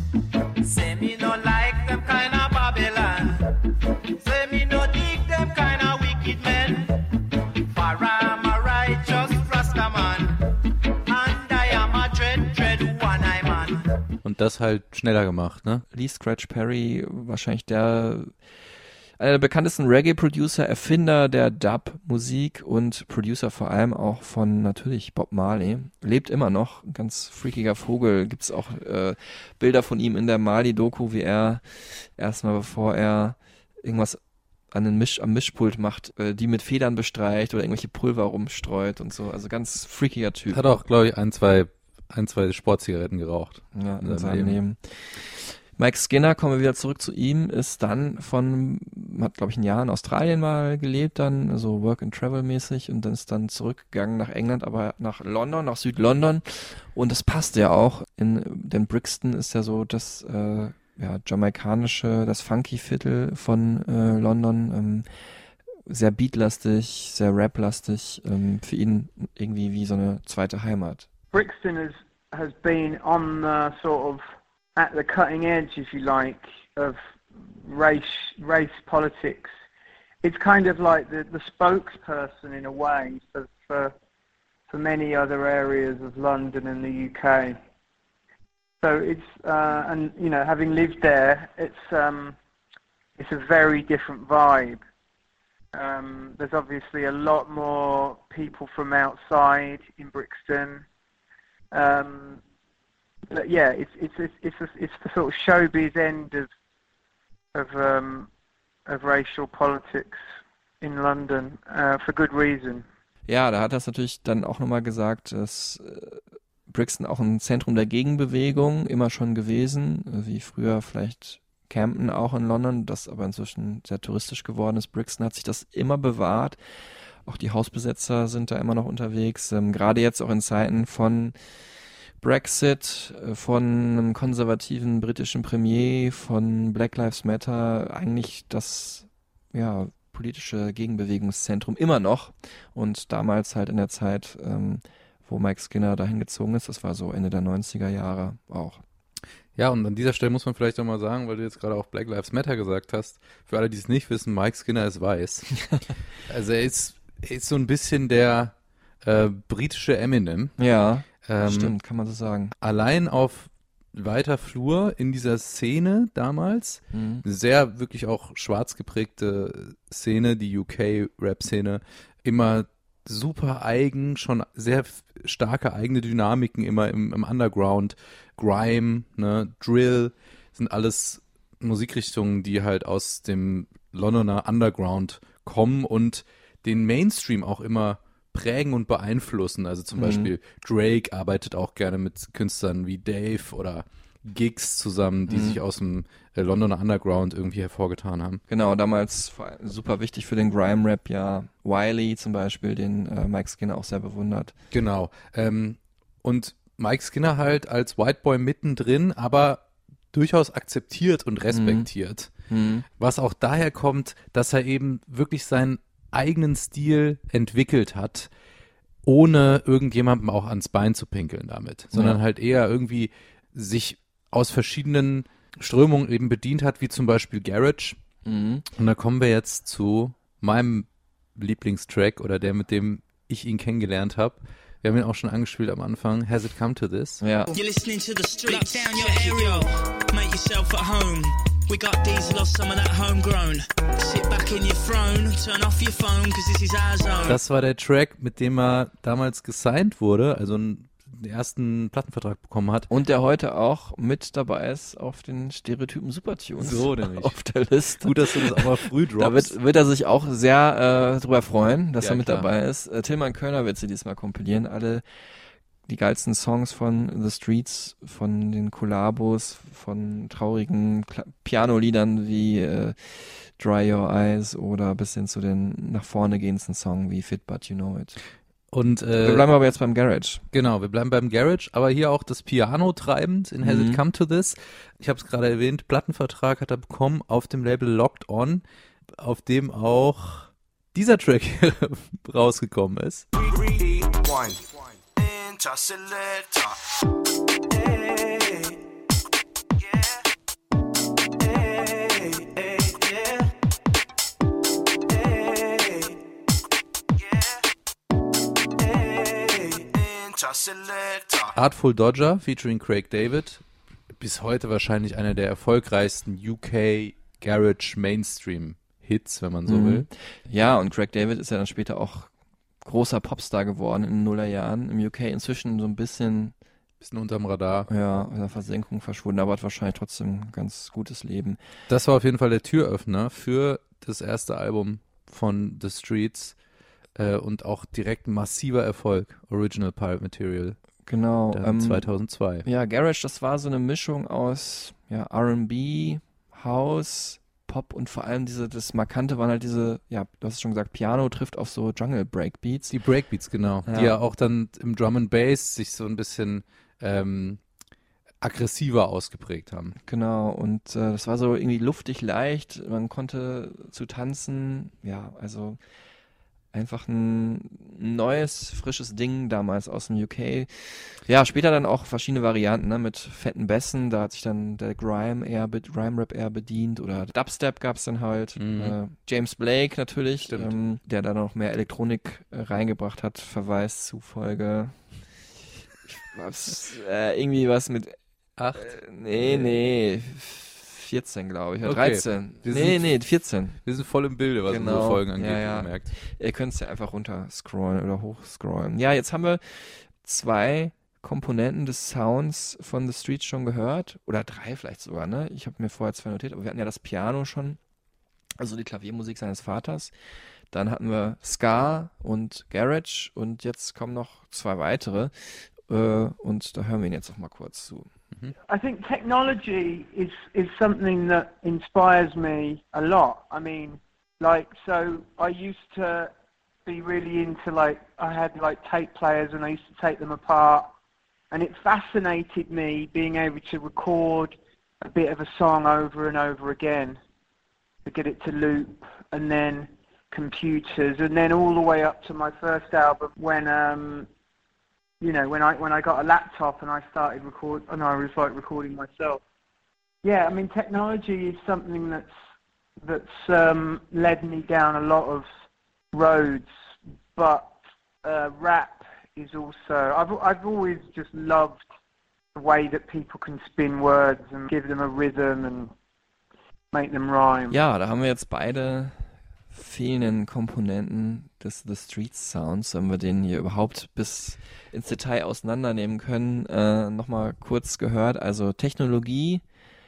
Say me no like them kind of Babylon. Say me no dig them kind of wicked men. For I'm a righteous Rastaman. And I am a dread, dread one-eye man. Und das halt schneller gemacht, ne? Lee Scratch Perry, wahrscheinlich der einer der bekanntesten Reggae-Producer, Erfinder der Dub-Musik und Producer vor allem auch von natürlich Bob Marley. Lebt immer noch, ein ganz freakiger Vogel. Gibt's auch äh, Bilder von ihm in der Marley-Doku, wie er erstmal, bevor er irgendwas an den Misch, am Mischpult macht, äh, die mit Federn bestreicht oder irgendwelche Pulver rumstreut und so. Also ganz freakiger Typ. Hat auch, glaube ich, ein, zwei, ein, zwei Sportzigaretten geraucht. Ja, in seinem Leben. Mike Skinner, kommen wir wieder zurück zu ihm, ist dann von, hat glaube ich ein Jahr in Australien mal gelebt dann, also Work and Travel mäßig und dann ist dann zurückgegangen nach England, aber nach London, nach Süd-London und das passt ja auch, in denn Brixton ist ja so das äh, ja, jamaikanische, das Funky-Viertel von äh, London, ähm, sehr beatlastig, sehr raplastig, ähm, für ihn irgendwie wie so eine zweite Heimat. Brixton has, has been on the sort of at the cutting edge, if you like, of race race politics. It's kind of like the, the spokesperson in a way for, for for many other areas of London and the U K. So it's uh, and you know, having lived there, it's um, it's a very different vibe. Um, there's obviously a lot more people from outside in Brixton. Um, But yeah, it's it's it's it's, a, it's the sort of showbiz end of of um, of racial politics in London uh, for good reason. Ja, da hat er es natürlich dann auch nochmal gesagt, dass äh, Brixton auch ein Zentrum der Gegenbewegung immer schon gewesen, wie früher vielleicht Camden auch in London, das aber inzwischen sehr touristisch geworden ist. Brixton hat sich das immer bewahrt. Auch die Hausbesetzer sind da immer noch unterwegs, ähm, gerade jetzt auch in Zeiten von Brexit, von einem konservativen britischen Premier, von Black Lives Matter, eigentlich das ja, politische Gegenbewegungszentrum immer noch. Und damals halt in der Zeit, ähm, wo Mike Skinner dahin gezogen ist, das war so Ende der neunziger Jahre auch. Ja, und an dieser Stelle muss man vielleicht auch mal sagen, weil du jetzt gerade auch Black Lives Matter gesagt hast, für alle, die es nicht wissen, Mike Skinner ist weiß. Also er ist, er ist so ein bisschen der äh, britische Eminem. Ja. Ähm, Stimmt, kann man so sagen. Allein auf weiter Flur in dieser Szene damals, mhm. sehr wirklich auch schwarz geprägte Szene, die U K-Rap-Szene, immer super eigen, schon sehr starke eigene Dynamiken immer im, im Underground, Grime, ne, Drill, sind alles Musikrichtungen, die halt aus dem Londoner Underground kommen und den Mainstream auch immer prägen und beeinflussen. Also zum mhm. Beispiel Drake arbeitet auch gerne mit Künstlern wie Dave oder Giggs zusammen, die mhm. sich aus dem äh, Londoner Underground irgendwie hervorgetan haben. Genau, damals super wichtig für den Grime-Rap, ja. Wiley zum Beispiel, den äh, Mike Skinner auch sehr bewundert. Genau. Ähm, und Mike Skinner halt als White Boy mittendrin, aber durchaus akzeptiert und respektiert. Mhm. Was auch daher kommt, dass er eben wirklich seinen eigenen Stil entwickelt hat, ohne irgendjemandem auch ans Bein zu pinkeln damit, sondern Ja. halt eher irgendwie sich aus verschiedenen Strömungen eben bedient hat, wie zum Beispiel Garage. Mhm. Und da kommen wir jetzt zu meinem Lieblingstrack oder der, mit dem ich ihn kennengelernt habe. Wir haben ihn auch schon angespielt am Anfang. Has It Come to This? Ja. You're listening to the streets, down your area. Make yourself at home. We got diesel or some of that homegrown. Sit back in your throne, turn off your phone, cause this is our zone. Das war der Track, mit dem er damals gesigned wurde, also einen ersten Plattenvertrag bekommen hat. Und der heute auch mit dabei ist auf den Stereotypen Supertunes. So nämlich. Auf der Liste. Gut, dass du das auch mal früh droppst. Da wird, wird er sich auch sehr äh, drüber freuen, dass Ja, er mit klar. dabei ist. Äh, Tillmann Kölner wird sie diesmal kompilieren. Alle die geilsten Songs von The Streets, von den Kollabos, von traurigen Kla- Piano-Liedern wie äh, Dry Your Eyes oder bis hin zu den nach vorne gehendsten Songs wie Fit But You Know It. Und, äh, Wir bleiben aber jetzt beim Garage. Genau, wir bleiben beim Garage, aber hier auch das Piano treibend in Has Mhm. It Come to This. Ich habe es gerade erwähnt, Plattenvertrag hat er bekommen auf dem Label Locked On, auf dem auch dieser Track hier rausgekommen ist. Artful Dodger featuring Craig David. Bis heute wahrscheinlich einer der erfolgreichsten U K Garage Mainstream Hits, wenn man so Mhm. will. Ja, und Craig David ist ja dann später auch großer Popstar geworden in den Nullerjahren im U K. Inzwischen so ein bisschen Bisschen unterm Radar. Ja, in der Versenkung verschwunden, aber hat wahrscheinlich trotzdem ein ganz gutes Leben. Das war auf jeden Fall der Türöffner für das erste Album von The Streets äh, und auch direkt ein massiver Erfolg, Original Pirate Material. Genau. Dann ähm, zweitausendzwei. Ja, Garage, das war so eine Mischung aus ja, R and B, House, Pop und vor allem diese, das Markante waren halt diese, ja, du hast es schon gesagt, Piano trifft auf so Jungle Breakbeats. Die Breakbeats, genau. Ja. Die ja auch dann im Drum and Bass sich so ein bisschen ähm, aggressiver ausgeprägt haben. Genau, und äh, das war so irgendwie luftig leicht, man konnte zu tanzen, ja, also einfach ein neues, frisches Ding damals aus dem U K. Ja, später dann auch verschiedene Varianten, ne, mit fetten Bässen, da hat sich dann der Grime eher, be- Grime-Rap eher bedient oder Dubstep gab's dann halt. Mhm. Äh, James Blake natürlich, Stimmt. ähm, der da noch mehr Elektronik äh, reingebracht hat, Verweis zufolge. Was, äh, irgendwie was mit Acht? Äh, nee, nee, vierzehn glaube ich, oder Okay. dreizehn. Wir Nee, sind- nee, vierzehn. Wir sind voll im Bilde, was Genau. unsere Folgen angeht, Ja, ja. wie ihr merkt. Ihr könnt es ja einfach runter scrollen oder hochscrollen. Ja, jetzt haben wir zwei Komponenten des Sounds von The Streets schon gehört. Oder drei vielleicht sogar, ne? Ich habe mir vorher zwei notiert, aber wir hatten ja das Piano schon. Also die Klaviermusik seines Vaters. Dann hatten wir Ska und Garage und jetzt kommen noch zwei weitere. Äh, und da hören wir ihn jetzt auch mal kurz zu. I think technology is, is something that inspires me a lot. I mean, like, so I used to be really into, like, I had, like, tape players and I used to take them apart. And it fascinated me being able to record a bit of a song over and over again to get it to loop, and then computers, and then all the way up to my first album when, um, you know, when I when I got a laptop and I started record, and I was like recording myself. Yeah, I mean, technology is something that's that's um, led me down a lot of roads, but uh, rap is also. I've I've always just loved the way that people can spin words and give them a rhythm and make them rhyme. Ja, da haben wir jetzt beide fehlenden Komponenten des The Streets Sounds, wenn wir den hier überhaupt bis ins Detail auseinandernehmen können, äh, nochmal kurz gehört. Also Technologie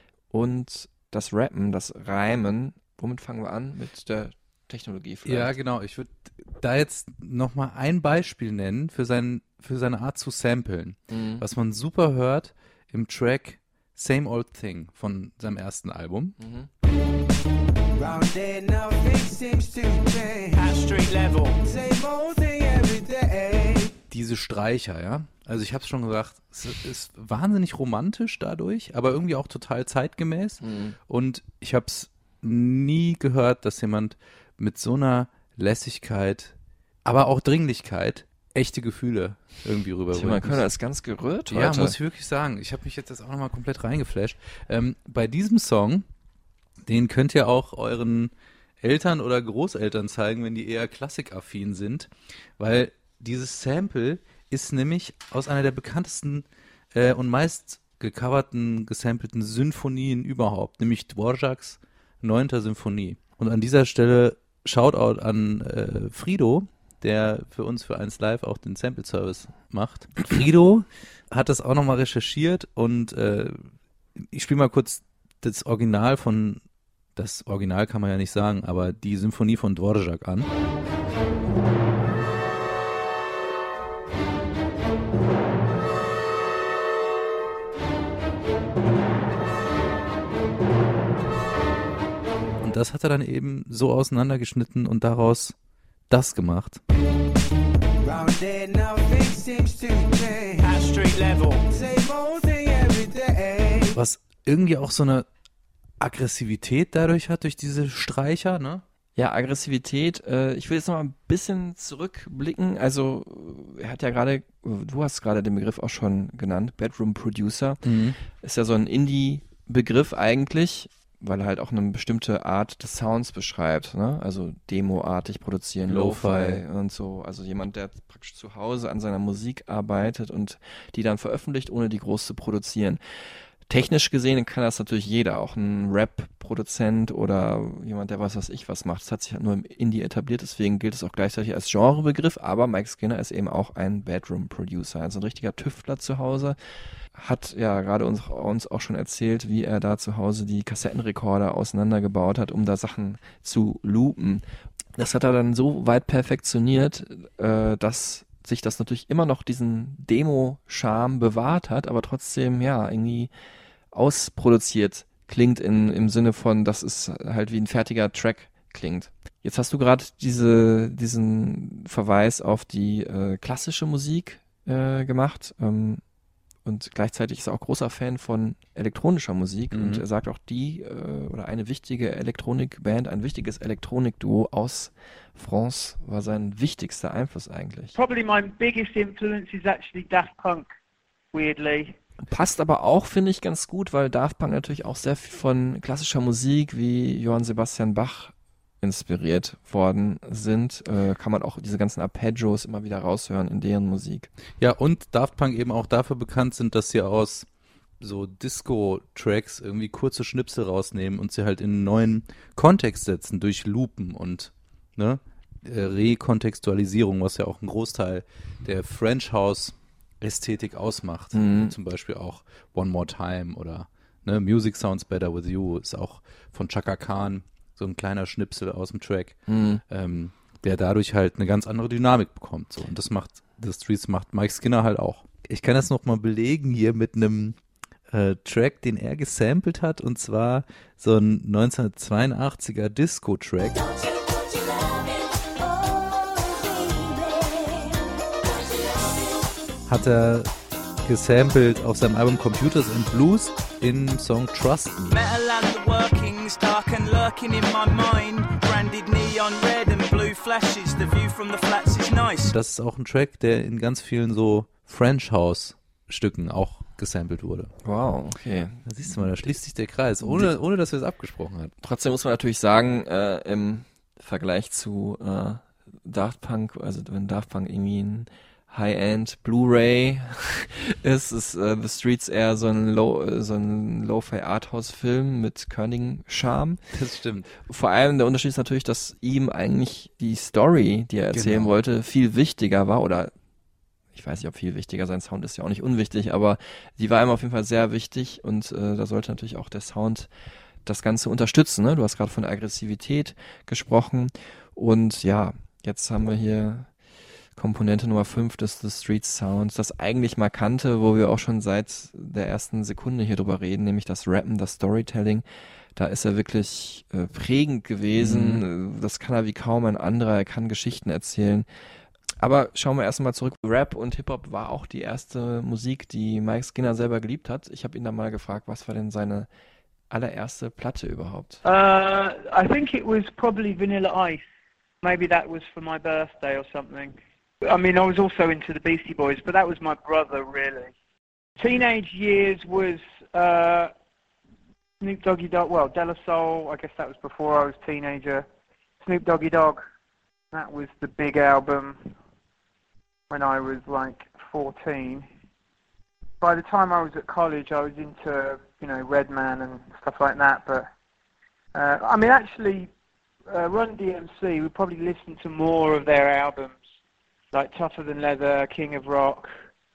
und das Rappen, das Reimen. Womit fangen wir an? Mit der Technologie vielleicht? Ja, genau. Ich würde da jetzt nochmal ein Beispiel nennen für, sein, für seine Art zu samplen, Mhm. was man super hört im Track Same Old Thing von seinem ersten Album. Mhm. Round there, nothing seems to change. At street level, same old thing every day. Diese Streicher, ja. Also ich habe es schon gesagt, es ist wahnsinnig romantisch dadurch, aber irgendwie auch total zeitgemäß. Mhm. Und ich habe es nie gehört, dass jemand mit so einer Lässigkeit, aber auch Dringlichkeit echte Gefühle irgendwie rüberbringt. Man Kölner ist ganz gerührt heute. Ja, muss ich wirklich sagen. Ich habe mich jetzt das auch nochmal komplett reingeflasht. Ähm, bei diesem Song, den könnt ihr auch euren Eltern oder Großeltern zeigen, wenn die eher klassikaffin sind, weil dieses Sample ist nämlich aus einer der bekanntesten äh, und meist gecoverten, gesampelten Symphonien überhaupt, nämlich Dvořáks neunter Symphonie. Und an dieser Stelle Shoutout an äh, Frido, der für uns für eins Live auch den Sample-Service macht. Frido hat das auch nochmal recherchiert und äh, ich spiele mal kurz das Original von, das Original kann man ja nicht sagen, aber die Symphonie von Dvořák an. Und das hat er dann eben so auseinandergeschnitten und daraus das gemacht. Was irgendwie auch so eine Aggressivität dadurch hat, durch diese Streicher, ne? Ja, Aggressivität. Äh, ich will jetzt noch mal ein bisschen zurückblicken. Also, er hat ja gerade, du hast gerade den Begriff auch schon genannt, Bedroom Producer. Mhm. Ist ja so ein Indie-Begriff eigentlich, weil er halt auch eine bestimmte Art des Sounds beschreibt, ne? Also Demo-artig produzieren, Lo-Fi. Lo-Fi und so. Also jemand, der praktisch zu Hause an seiner Musik arbeitet und die dann veröffentlicht, ohne die groß zu produzieren. Technisch gesehen kann das natürlich jeder, auch ein Rap-Produzent oder jemand, der was weiß ich was macht. Das hat sich halt nur im Indie etabliert, deswegen gilt es auch gleichzeitig als Genrebegriff, aber Mike Skinner ist eben auch ein Bedroom-Producer, also ein richtiger Tüftler zu Hause. Hat ja gerade uns, uns auch schon erzählt, wie er da zu Hause die Kassettenrekorder auseinandergebaut hat, um da Sachen zu loopen. Das hat er dann so weit perfektioniert, äh, dass sich das natürlich immer noch diesen Demo-Charme bewahrt hat, aber trotzdem, ja, irgendwie ausproduziert klingt in, im Sinne von, dass es halt wie ein fertiger Track klingt. Jetzt hast du gerade diese, diesen Verweis auf die äh, klassische Musik äh, gemacht, ähm, und gleichzeitig ist er auch großer Fan von elektronischer Musik, Mhm. und er sagt auch, die äh, oder eine wichtige Elektronikband, ein wichtiges Elektronikduo aus France war sein wichtigster Einfluss eigentlich. Probably my biggest influence is actually Daft Punk, weirdly. Passt aber auch, finde ich, ganz gut, weil Daft Punk natürlich auch sehr viel von klassischer Musik wie Johann Sebastian Bach inspiriert worden sind. Äh, kann man auch diese ganzen Arpeggios immer wieder raushören in deren Musik. Ja, und Daft Punk eben auch dafür bekannt sind, dass sie aus so Disco-Tracks irgendwie kurze Schnipsel rausnehmen und sie halt in einen neuen Kontext setzen durch Loopen und ne, äh, Rekontextualisierung, was ja auch ein Großteil der French House-Ästhetik ausmacht. Mhm. Zum Beispiel auch One More Time oder ne, Music Sounds Better With You ist auch von Chaka Khan so ein kleiner Schnipsel aus dem Track, Mhm. ähm, der dadurch halt eine ganz andere Dynamik bekommt. So. Und das macht, The Streets macht Mike Skinner halt auch. Ich kann das nochmal belegen hier mit einem äh, Track, den er gesampelt hat, und zwar so ein neunzehnhundertzweiundachtziger Disco-Track. Hat er gesampelt auf seinem Album Computers and Blues im Song Trust Me. Metal and the workings, dark and lurking in my mind. Branded neon red and blue flashes. The view from the flats is nice. Und das ist auch ein Track, der in ganz vielen so French House Stücken auch gesampelt wurde. Wow, okay. Da siehst du mal, da schließt sich der Kreis, ohne, ohne dass wir es abgesprochen hatten. Trotzdem muss man natürlich sagen, äh, im Vergleich zu äh, Daft Punk, also wenn Daft Punk irgendwie ein High-End Blu-ray ist, ist äh, The Streets eher so ein Low, äh, so ein Lo-Fi Arthouse-Film mit körnigem Charme. Das stimmt. Vor allem der Unterschied ist natürlich, dass ihm eigentlich die Story, die er erzählen Genau. wollte, viel wichtiger war, oder ich weiß nicht, ob viel wichtiger, sein Sound ist ja auch nicht unwichtig, aber die war ihm auf jeden Fall sehr wichtig, und äh, da sollte natürlich auch der Sound das Ganze unterstützen, ne? Du hast gerade von der Aggressivität gesprochen, und ja, jetzt haben wir hier Komponente Nummer fünf des The Streets Sounds, das eigentlich Markante, wo wir auch schon seit der ersten Sekunde hier drüber reden, nämlich das Rappen, das Storytelling. Da ist er wirklich äh, prägend gewesen. Mhm. Das kann er wie kaum ein anderer. Er kann Geschichten erzählen. Aber schauen wir erstmal zurück. Rap und Hip-Hop war auch die erste Musik, die Mike Skinner selber geliebt hat. Ich habe ihn dann mal gefragt, was war denn seine allererste Platte überhaupt? Uh, I think it was probably Vanilla Ice. Maybe that was for my birthday or something. I mean, I was also into the Beastie Boys, but that was my brother, really. Teenage years was uh, Snoop Doggy Dogg, well, De La Soul, I guess that was before I was a teenager. Snoop Doggy Dogg, that was the big album when I was like fourteen. By the time I was at college, I was into, you know, Redman and stuff like that, but, uh, I mean, actually, uh, Run D M C, we probably listened to more of their albums, like Tougher Than Leather, King of Rock,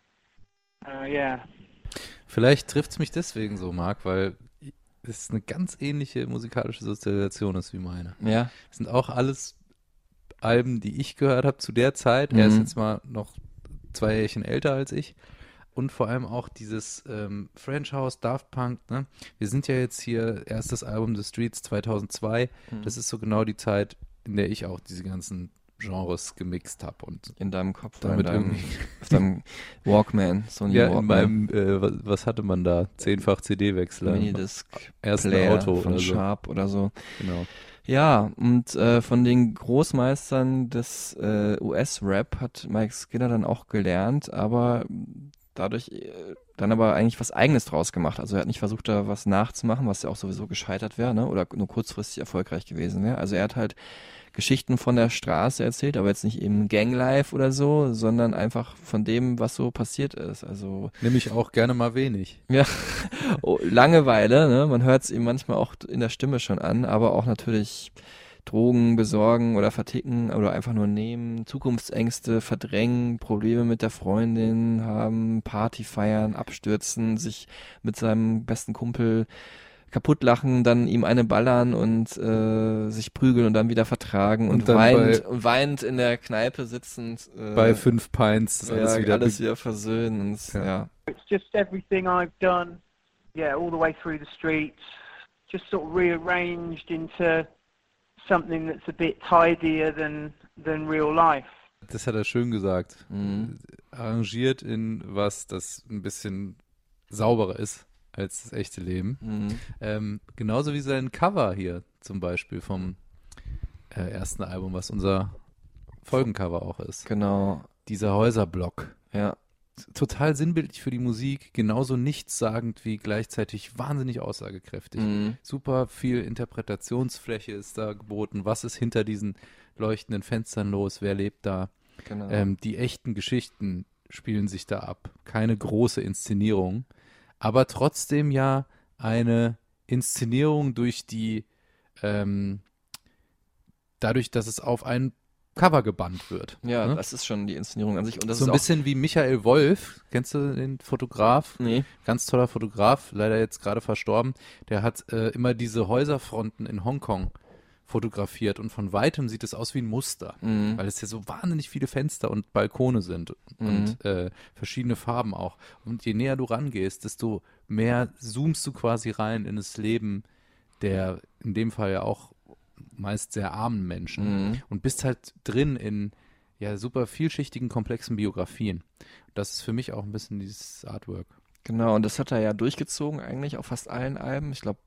uh, yeah. Vielleicht trifft es mich deswegen so, Marc, weil es eine ganz ähnliche musikalische Sozialisation ist wie meine. Ja. Es sind auch alles Alben, die ich gehört habe zu der Zeit. Mhm. Er ist jetzt mal noch zwei Jährchen älter als ich. Und vor allem auch dieses ähm, French House, Daft Punk. Ne? Wir sind ja jetzt hier, erstes Album The Streets zweitausendzwei. Mhm. Das ist so genau die Zeit, in der ich auch diese ganzen Genres gemixt habe. Und in deinem Kopf, damit in deinem, auf deinem Walkman, Sony ja, Walkman. in meinem, äh, was, was hatte man da? Zehnfach C D-Wechsler. Minidisc, ersten Player Auto von oder so. Sharp oder so. Genau. Ja, und äh, von den Großmeistern des äh, U S-Rap hat Mike Skinner dann auch gelernt, aber dadurch äh, dann aber eigentlich was Eigenes draus gemacht. Also er hat nicht versucht, da was nachzumachen, was ja auch sowieso gescheitert wäre, ne? Oder nur kurzfristig erfolgreich gewesen wäre. Also er hat halt Geschichten von der Straße erzählt, aber jetzt nicht im Ganglife oder so, sondern einfach von dem, was so passiert ist. Also nehme ich auch gerne mal wenig. Ja, oh, Langeweile, ne? Man hört es ihm manchmal auch in der Stimme schon an, aber auch natürlich Drogen besorgen oder verticken oder einfach nur nehmen, Zukunftsängste verdrängen, Probleme mit der Freundin haben, Party feiern, abstürzen, sich mit seinem besten Kumpel kaputt lachen, dann ihm eine ballern und äh, sich prügeln und dann wieder vertragen und, und weint, und weint in der Kneipe sitzend. Äh, bei fünf Pints das ja, alles wieder, alles wieder versöhnen. Und, ja. ja. It's just everything I've done, yeah, all the way through the streets, just sort of rearranged into something that's a bit tidier than, than real life. Das hat er schön gesagt. Mhm. Arrangiert in was, das ein bisschen sauberer ist als das echte Leben. Mhm. Ähm, genauso wie sein Cover hier zum Beispiel vom äh, ersten Album, was unser Folgencover auch ist. Genau. Dieser Häuserblock. Ja. Total sinnbildlich für die Musik, genauso nichtssagend wie gleichzeitig wahnsinnig aussagekräftig. Mhm. Super viel Interpretationsfläche ist da geboten. Was ist hinter diesen leuchtenden Fenstern los? Wer lebt da? Genau. Ähm, die echten Geschichten spielen sich da ab. Keine große Inszenierung. Aber trotzdem ja eine Inszenierung durch die, ähm, dadurch, dass es auf ein Cover gebannt wird. Ja, ne? Das ist schon die Inszenierung an sich. Und das so ist ein auch bisschen wie Michael Wolf, kennst du den Fotograf? Nee. Ganz toller Fotograf, leider jetzt gerade verstorben. Der hat äh, immer diese Häuserfronten in Hongkong fotografiert und von weitem sieht es aus wie ein Muster, mhm. weil es ja so wahnsinnig viele Fenster und Balkone sind Mhm. und äh, verschiedene Farben auch. Und je näher du rangehst, desto mehr zoomst du quasi rein in das Leben der, in dem Fall ja auch meist sehr armen Menschen Mhm. und bist halt drin in ja super vielschichtigen, komplexen Biografien. Das ist für mich auch ein bisschen dieses Artwork. Genau, und das hat er ja durchgezogen eigentlich auf fast allen Alben. Ich glaube,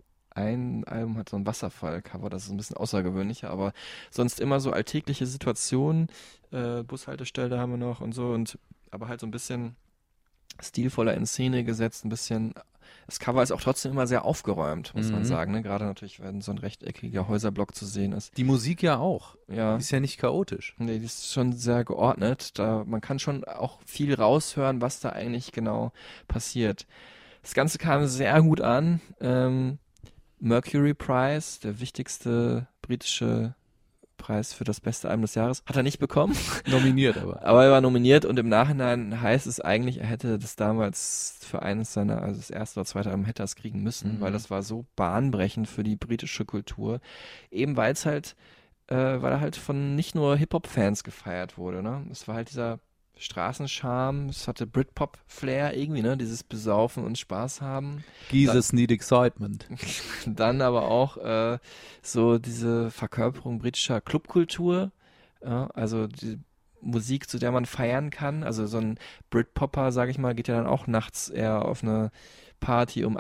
ein Album hat so ein Wasserfall-Cover, das ist ein bisschen außergewöhnlicher, aber sonst immer so alltägliche Situationen, äh, Bushaltestelle haben wir noch und so, und aber halt so ein bisschen stilvoller in Szene gesetzt, ein bisschen, das Cover ist auch trotzdem immer sehr aufgeräumt, muss Mhm. man sagen, ne? Gerade natürlich, wenn so ein rechteckiger Häuserblock zu sehen ist. Die Musik ja auch. Ja. Die ist ja nicht chaotisch. Nee, die ist schon sehr geordnet, da, man kann schon auch viel raushören, was da eigentlich genau passiert. Das Ganze kam sehr gut an, ähm, Mercury Prize, der wichtigste britische Preis für das beste Album des Jahres, hat er nicht bekommen. Nominiert aber. Aber er war nominiert und im Nachhinein heißt es eigentlich, er hätte das damals für eines seiner, also das erste oder zweite Album hätte er es kriegen müssen, Mhm. weil das war so bahnbrechend für die britische Kultur. Eben weil es halt, äh, weil er halt von nicht nur Hip-Hop-Fans gefeiert wurde, ne? Es war halt dieser Straßenscharme, es hatte Britpop-Flair irgendwie, ne? Dieses Besaufen und Spaß haben. Jesus need excitement. Dann aber auch äh, so diese Verkörperung britischer Clubkultur, ja, also die Musik, zu der man feiern kann. Also so ein Britpopper, sage ich mal, geht ja dann auch nachts eher auf eine Party, um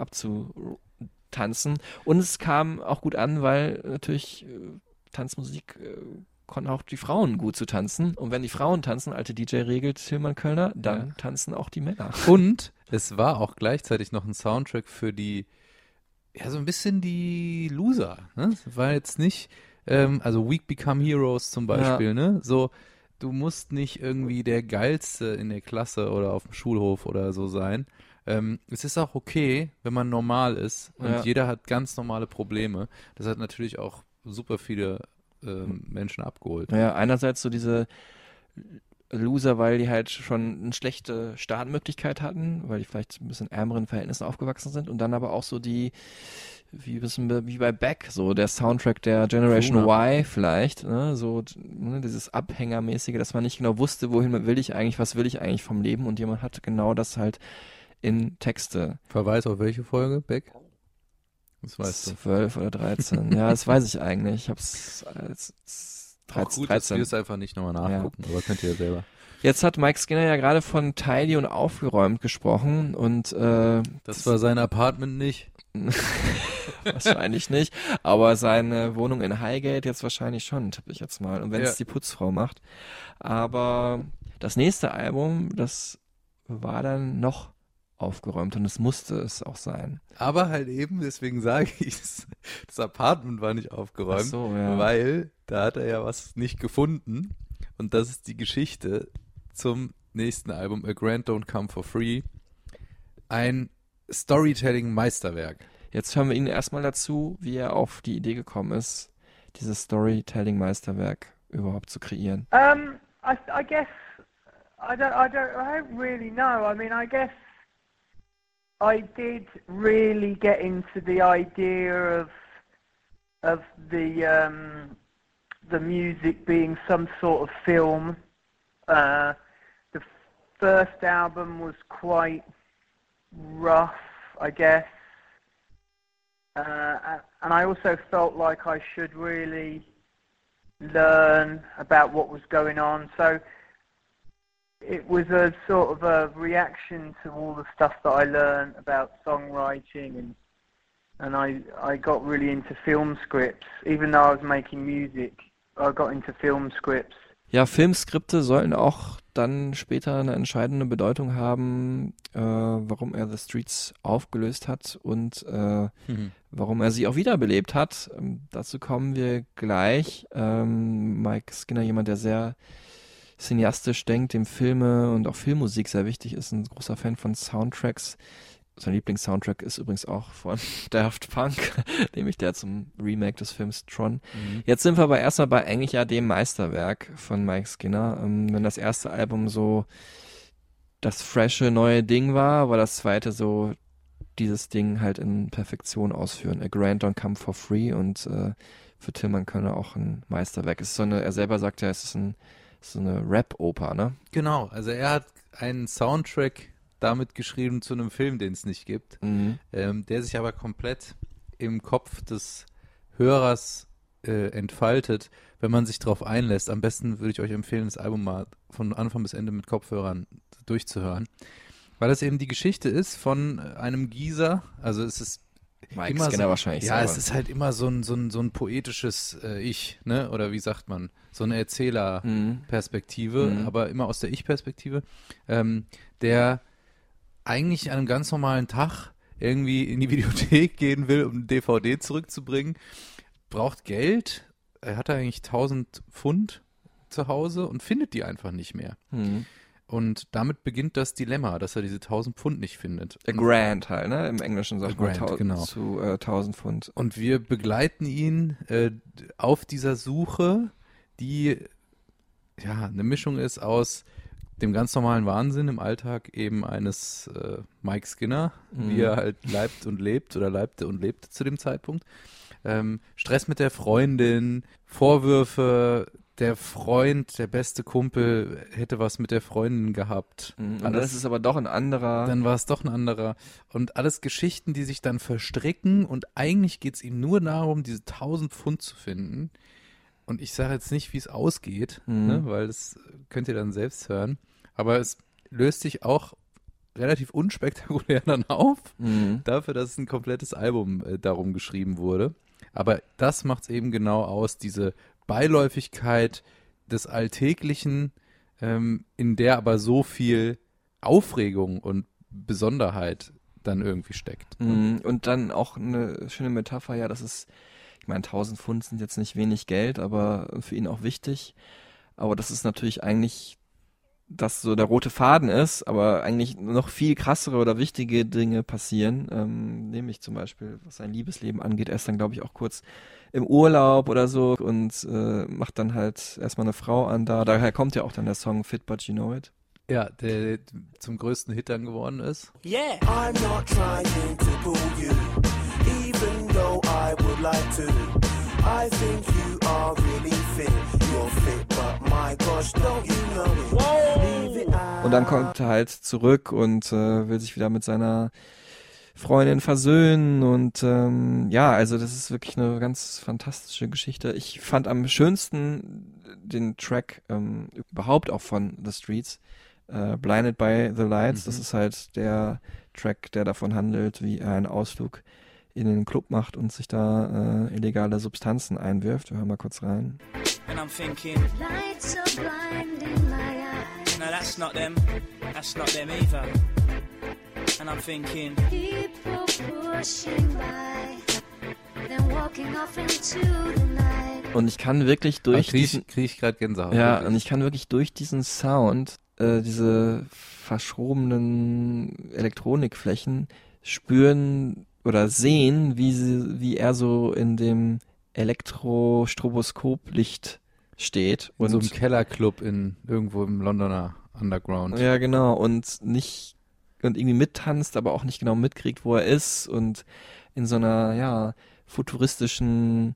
abzutanzen. Und es kam auch gut an, weil natürlich äh, Tanzmusik äh, konnten auch die Frauen gut zu tanzen. Und wenn die Frauen tanzen, alte D J-Regel, Tilman Kölner, dann Ja. tanzen auch die Männer. Und es war auch gleichzeitig noch ein Soundtrack für die, ja, so ein bisschen die Loser. Ne? Es war jetzt nicht, ähm, also Weak Become Heroes zum Beispiel, Ja. ne? So, du musst nicht irgendwie der Geilste in der Klasse oder auf dem Schulhof oder so sein. Ähm, es ist auch okay, wenn man normal ist und Ja. jeder hat ganz normale Probleme. Das hat natürlich auch super viele ähm, Menschen abgeholt. Ja, einerseits so diese Loser, weil die halt schon eine schlechte Startmöglichkeit hatten, weil die vielleicht ein bisschen ärmeren Verhältnissen aufgewachsen sind und dann aber auch so die, wie, bisschen wie bei Beck, so der Soundtrack der Generation Crooner. Y vielleicht, ne, so ne, dieses Abhängermäßige, dass man nicht genau wusste, wohin will ich eigentlich, was will ich eigentlich vom Leben und jemand hat genau das halt in Texte. Verweis auf welche Folge, Beck? Das weißt du. zwölf oder dreizehn. Ja, das weiß ich eigentlich. Ich hab's als Auch gut, dass wir es einfach nicht nochmal nachgucken, aber könnt ihr ja selber. Jetzt hat Mike Skinner ja gerade von tidy und aufgeräumt gesprochen und äh, Das war sein Apartment nicht. wahrscheinlich nicht, aber seine Wohnung in Highgate jetzt wahrscheinlich schon, tippe ich jetzt mal. Und wenn Ja. es die Putzfrau macht. Aber das nächste Album, das war dann noch aufgeräumt und es musste es auch sein. Aber halt eben, deswegen sage ich, das Apartment war nicht aufgeräumt, Ach so, ja. weil da hat er ja was nicht gefunden und das ist die Geschichte zum nächsten Album, A Grant Don't Come For Free. Ein Storytelling-Meisterwerk. Jetzt hören wir ihn erstmal dazu, wie er auf die Idee gekommen ist, dieses Storytelling-Meisterwerk überhaupt zu kreieren. Um, I, I guess I don't, I don't, I don't really know. I mean, I guess I did really get into the idea of of the um, the music being some sort of film. Uh, the first album was quite rough, I guess, uh, and I also felt like I should really learn about what was going on. So it was a sort of a reaction to all the stuff that I learned about songwriting, and and I I got really into film scripts. Even though I was making music, I got into film scripts. Ja, Filmskripte sollten auch dann später eine entscheidende Bedeutung haben, äh, warum er The Streets aufgelöst hat und äh, Mhm. warum er sie auch wiederbelebt hat. Ähm, dazu kommen wir gleich. Ähm, Mike Skinner, jemand, der sehr cineastisch denkt, dem Filme und auch Filmmusik sehr wichtig ist, ein großer Fan von Soundtracks. Sein Lieblingssoundtrack ist übrigens auch von Daft Punk, nämlich der zum Remake des Films Tron. Mhm. Jetzt sind wir aber erstmal bei eigentlich ja dem Meisterwerk von Mike Skinner. Ähm, wenn das erste Album so das frische neue Ding war, war das zweite so dieses Ding halt in Perfektion ausführen. A Grant Don't Come For Free und äh, für Tilman Kölner auch ein Meisterwerk. Es ist so eine, er selber sagt ja, es ist ein so eine Rap-Oper, ne? Genau, also er hat einen Soundtrack damit geschrieben zu einem Film, den es nicht gibt, Mhm. ähm, der sich aber komplett im Kopf des Hörers äh, entfaltet, wenn man sich darauf einlässt. Am besten würde ich euch empfehlen, das Album mal von Anfang bis Ende mit Kopfhörern durchzuhören, weil es eben die Geschichte ist von einem Gießer, also es ist Mike immer Skinner so, wahrscheinlich ja, selber. es ist halt immer so ein, so ein, so ein poetisches äh, Ich, ne? Oder wie sagt man, so eine Erzählerperspektive, Mhm. aber immer aus der Ich-Perspektive, ähm, der eigentlich an einem ganz normalen Tag irgendwie in die Videothek gehen will, um eine D V D zurückzubringen, braucht Geld, er hat eigentlich tausend Pfund zu Hause und findet die einfach nicht mehr. Mhm. Und damit beginnt das Dilemma, dass er diese tausend Pfund nicht findet. A Grant halt, ne? Im Englischen sagt A man Grant, tau- genau. zu äh, tausend Pfund. Und wir begleiten ihn äh, auf dieser Suche, die ja eine Mischung ist aus dem ganz normalen Wahnsinn im Alltag eben eines äh, Mike Skinner, Mhm. wie er halt leibt und lebt oder leibte und lebte zu dem Zeitpunkt. Ähm, Stress mit der Freundin, Vorwürfe, der Freund, der beste Kumpel hätte was mit der Freundin gehabt. Mhm. Und Alles- das ist aber doch ein anderer. Dann war es doch ein anderer. Und alles Geschichten, die sich dann verstricken und eigentlich geht es ihm nur darum, diese tausend Pfund zu finden. Und ich sage jetzt nicht, wie es ausgeht, Mhm. ne, weil das könnt ihr dann selbst hören. Aber es löst sich auch relativ unspektakulär dann auf, Mhm. dafür, dass ein komplettes Album äh, darum geschrieben wurde. Aber das macht es eben genau aus, diese Beiläufigkeit des Alltäglichen, ähm, in der aber so viel Aufregung und Besonderheit dann irgendwie steckt. Mhm. Und dann auch eine schöne Metapher, ja, das ist, ich meine, tausend Pfund sind jetzt nicht wenig Geld, aber für ihn auch wichtig. Aber das ist natürlich eigentlich, dass so der rote Faden ist, aber eigentlich noch viel krassere oder wichtige Dinge passieren. Ähm, nämlich zum Beispiel, was sein Liebesleben angeht. Er ist dann, glaube ich, auch kurz im Urlaub oder so und äh, macht dann halt erstmal eine Frau an da. Daher kommt ja auch dann der Song Fit But You Know It. Ja, der zum größten Hit dann geworden ist. Yeah. I'm not trying to pull you, even though I would like to. I think you are really fit. You're fit, but my gosh, don't you know it? Leave it out. Und dann kommt er halt zurück und äh, will sich wieder mit seiner Freundin versöhnen und ähm, ja, also das ist wirklich eine ganz fantastische Geschichte. Ich fand am schönsten den Track ähm, überhaupt auch von The Streets, äh, Blinded by the Lights. Mhm. Das ist halt der Track, der davon handelt, wie er einen Ausflug in den Club macht und sich da äh, illegale Substanzen einwirft. Wir hören mal kurz rein. And I'm thinking, lights are blinding my eyes. No, that's not them. That's not them either. And I'm thinking, people pushing by, then walking off into the night. Und ich kann wirklich durch krieg diesen, ich, krieg ich gerade Gänsehaut. ja, wirklich. und ich kann wirklich durch diesen Sound äh, diese verschrobenen Elektronikflächen spüren oder sehen, wie sie, wie er so in dem Elektrostroboskoplicht steht. In Und so einem Kellerclub in irgendwo im Londoner Underground. ja, genau. Und nicht und irgendwie mittanzt, aber auch nicht genau mitkriegt, wo er ist und in so einer, ja, futuristischen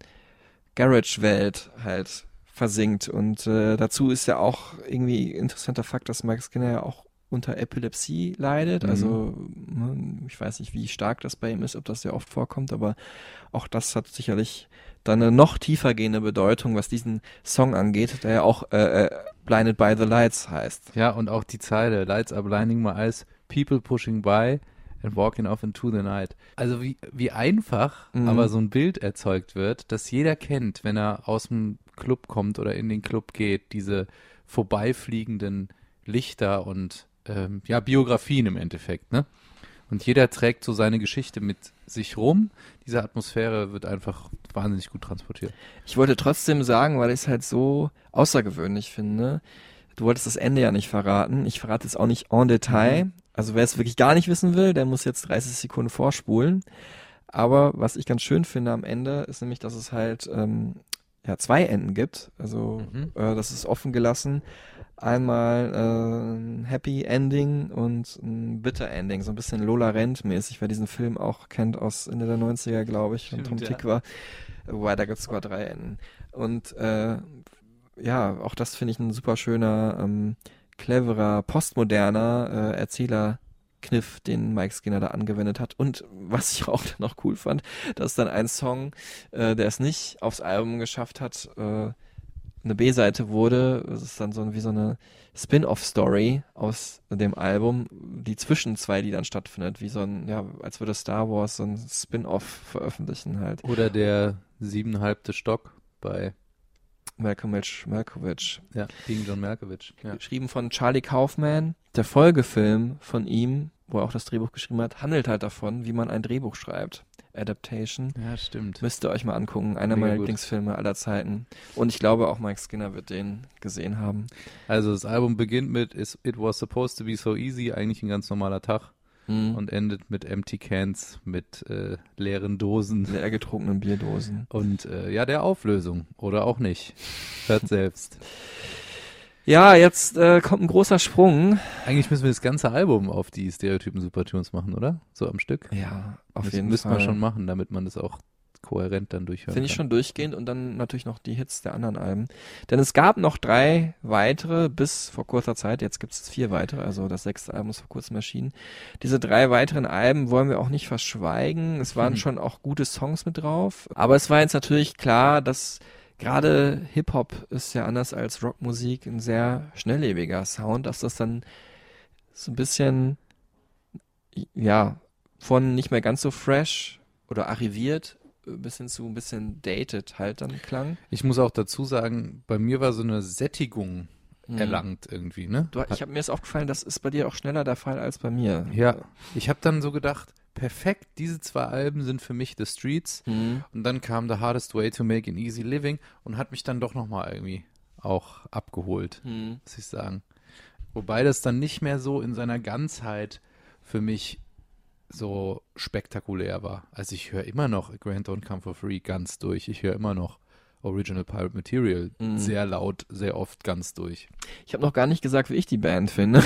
Garage-Welt halt versinkt. Und äh, dazu ist ja auch irgendwie interessanter Fakt, dass Mike Skinner ja auch unter Epilepsie leidet. Mhm. Also ich weiß nicht, wie stark das bei ihm ist, ob das sehr oft vorkommt, aber auch das hat sicherlich dann eine noch tiefer gehende Bedeutung, was diesen Song angeht, der ja auch äh, äh, Blinded by the Lights heißt. Ja, und auch die Zeile, Lights are blinding my eyes, people pushing by and walking off into the night. Also wie, wie einfach Mhm. aber so ein Bild erzeugt wird, das jeder kennt, wenn er aus dem Club kommt oder in den Club geht, diese vorbeifliegenden Lichter und ähm, ja, Biografien im Endeffekt, ne? Und jeder trägt so seine Geschichte mit sich rum. Diese Atmosphäre wird einfach wahnsinnig gut transportiert. Ich wollte trotzdem sagen, weil ich es halt so außergewöhnlich finde, du wolltest das Ende ja nicht verraten. Ich verrate es auch nicht en Detail. Mhm. Also wer es wirklich gar nicht wissen will, der muss jetzt dreißig Sekunden vorspulen. Aber was ich ganz schön finde am Ende, ist nämlich, dass es halt ähm, ja, zwei Enden gibt. Also Mhm. äh, das ist offen gelassen. Einmal äh, ein Happy Ending und ein Bitter Ending. So ein bisschen Lola Rent-mäßig, wer diesen Film auch kennt aus Ende der neunziger, glaube ich, von Tom Stimmt, ja. Tykwer. Wobei, da gibt es sogar drei Enden. Und äh, ja, auch das finde ich ein super schöner, ähm, cleverer, postmoderner äh, Erzählerkniff, den Mike Skinner da angewendet hat. Und was ich auch noch cool fand, dass dann ein Song, äh, der es nicht aufs Album geschafft hat, äh, eine B-Seite wurde. Das ist dann so wie so eine Spin-off-Story aus dem Album, die zwischen zwei Liedern stattfindet, wie so ein, ja, als würde Star Wars so ein Spin-off veröffentlichen halt. Oder der siebeneinhalbte Stock bei Malkovich, Malkovich. ja, gegen John Malkovich. Ja. Geschrieben von Charlie Kaufman. Der Folgefilm von ihm, wo er auch das Drehbuch geschrieben hat, handelt halt davon, wie man ein Drehbuch schreibt. Adaptation. ja, stimmt. Müsst ihr euch mal angucken. Einer Mega meiner gut. Lieblingsfilme aller Zeiten. Und ich glaube, auch Mike Skinner wird den gesehen haben. Also das Album beginnt mit It was supposed to be so easy, eigentlich ein ganz normaler Tag. Mhm. Und endet mit Empty Cans, mit äh, leeren Dosen Leer getrunkenen Bierdosen. und äh, ja, der Auflösung. Oder auch nicht. Hört selbst. Ja, jetzt äh, kommt ein großer Sprung. Eigentlich müssen wir das ganze Album auf die Stereotypen Supertunes machen, oder? So am Stück. Ja, auf das jeden müssen Fall. wir schon machen, damit man das auch kohärent dann durchhören Finde ich kann. schon durchgehend und dann natürlich noch die Hits der anderen Alben. Denn es gab noch drei weitere bis vor kurzer Zeit, jetzt gibt es vier weitere, also das sechste Album ist vor kurzem erschienen. Diese drei weiteren Alben wollen wir auch nicht verschweigen. Es waren Mhm. schon auch gute Songs mit drauf. Aber es war jetzt natürlich klar, dass gerade Hip-Hop ist ja anders als Rockmusik ein sehr schnelllebiger Sound, dass das dann so ein bisschen, ja, von nicht mehr ganz so fresh oder arriviert bis hin zu ein bisschen dated halt dann klang. Ich muss auch dazu sagen, bei mir war so eine Sättigung mhm. erlangt irgendwie, ne? Du, ich habe mir jetzt aufgefallen, das ist bei dir auch schneller der Fall als bei mir. Ja, ich habe dann so gedacht, perfekt, diese zwei Alben sind für mich The Streets mhm. und dann kam The Hardest Way to Make an Easy Living und hat mich dann doch nochmal irgendwie auch abgeholt, mhm. muss ich sagen. Wobei das dann nicht mehr so in seiner Ganzheit für mich so spektakulär war. Also ich höre immer noch A Grand Don't Come For Free ganz durch. Ich höre immer noch Original Pirate Material mhm. sehr laut, sehr oft ganz durch. Ich habe noch gar nicht gesagt, wie ich die Band finde.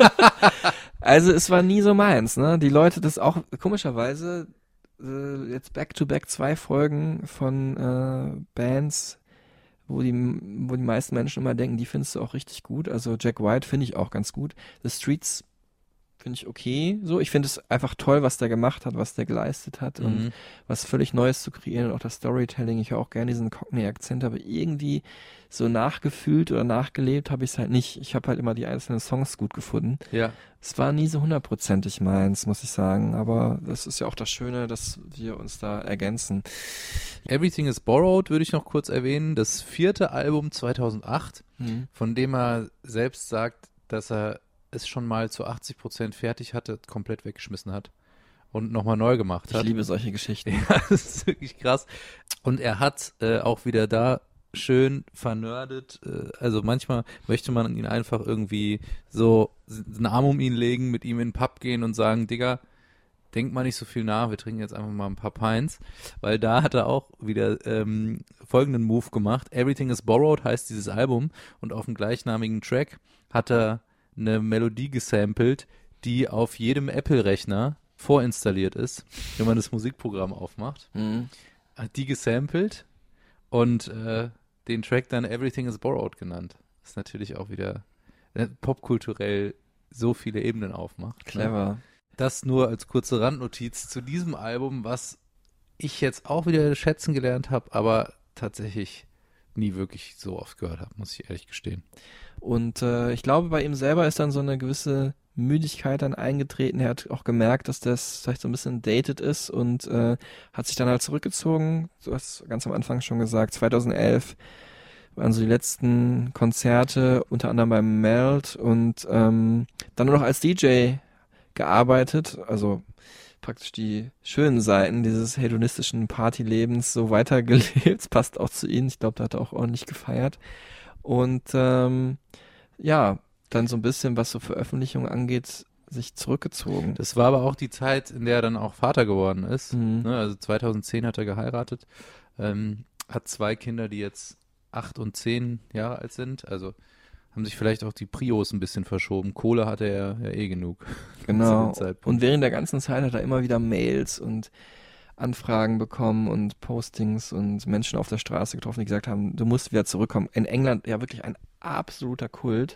Also es war nie so meins, ne? Die Leute, das auch komischerweise äh, jetzt Back-to-Back zwei Folgen von äh, Bands, wo die, wo die meisten Menschen immer denken, die findest du auch richtig gut. Also Jack White finde ich auch ganz gut. The Streets finde ich okay. So, ich finde es einfach toll, was der gemacht hat, was der geleistet hat Mhm. und was völlig Neues zu kreieren und auch das Storytelling. Ich höre auch gerne diesen Cockney-Akzent, aber irgendwie so nachgefühlt oder nachgelebt habe ich es halt nicht. Ich habe halt immer die einzelnen Songs gut gefunden. Ja. Es war nie so hundertprozentig meins, muss ich sagen. Aber das ist ja auch das Schöne, dass wir uns da ergänzen. Everything is Borrowed würde ich noch kurz erwähnen. Das vierte Album zweitausendacht, Mhm. von dem er selbst sagt, dass er es schon mal zu achtzig Prozent fertig hatte, komplett weggeschmissen hat und nochmal neu gemacht Ich hat. liebe solche Geschichten. Ja, das ist wirklich krass. Und er hat äh, auch wieder da schön vernördet. Äh, also manchmal möchte man ihn einfach irgendwie so einen Arm um ihn legen, mit ihm in den Pub gehen und sagen, Digga, denk mal nicht so viel nach, wir trinken jetzt einfach mal ein paar Pints. Weil da hat er auch wieder ähm, folgenden Move gemacht. Everything is Borrowed heißt dieses Album und auf dem gleichnamigen Track hat er eine Melodie gesampelt, die auf jedem Apple-Rechner vorinstalliert ist, wenn man das Musikprogramm aufmacht. Mhm. Hat die gesampelt und äh, den Track dann Everything is Borrowed genannt. Das ist natürlich auch wieder äh, popkulturell so viele Ebenen aufmacht. Clever. Ne? Das nur als kurze Randnotiz zu diesem Album, was ich jetzt auch wieder schätzen gelernt habe, aber tatsächlich nie wirklich so oft gehört habe, muss ich ehrlich gestehen. Und äh, ich glaube, bei ihm selber ist dann so eine gewisse Müdigkeit dann eingetreten. Er hat auch gemerkt, dass das vielleicht so ein bisschen dated ist und äh, hat sich dann halt zurückgezogen. Du hast ganz am Anfang schon gesagt, zweitausendelf waren so die letzten Konzerte, unter anderem beim Melt und ähm, dann nur noch als D J gearbeitet, also praktisch die schönen Seiten dieses hedonistischen Partylebens so weitergelebt. Das passt auch zu ihm. Ich glaube, da hat er auch ordentlich gefeiert. Und ähm, ja, dann so ein bisschen, was so Veröffentlichungen angeht, sich zurückgezogen. Das war aber auch die Zeit, in der er dann auch Vater geworden ist. Mhm. Ne, also zweitausendzehn hat er geheiratet, ähm, hat zwei Kinder, die jetzt acht und zehn Jahre alt sind. Also haben sich vielleicht auch die Prios ein bisschen verschoben. Kohle hatte er ja eh genug. Genau. zu dem Zeitpunkt. Und während der ganzen Zeit hat er immer wieder Mails und Anfragen bekommen und Postings und Menschen auf der Straße getroffen, die gesagt haben, du musst wieder zurückkommen. In England ja wirklich ein absoluter Kult.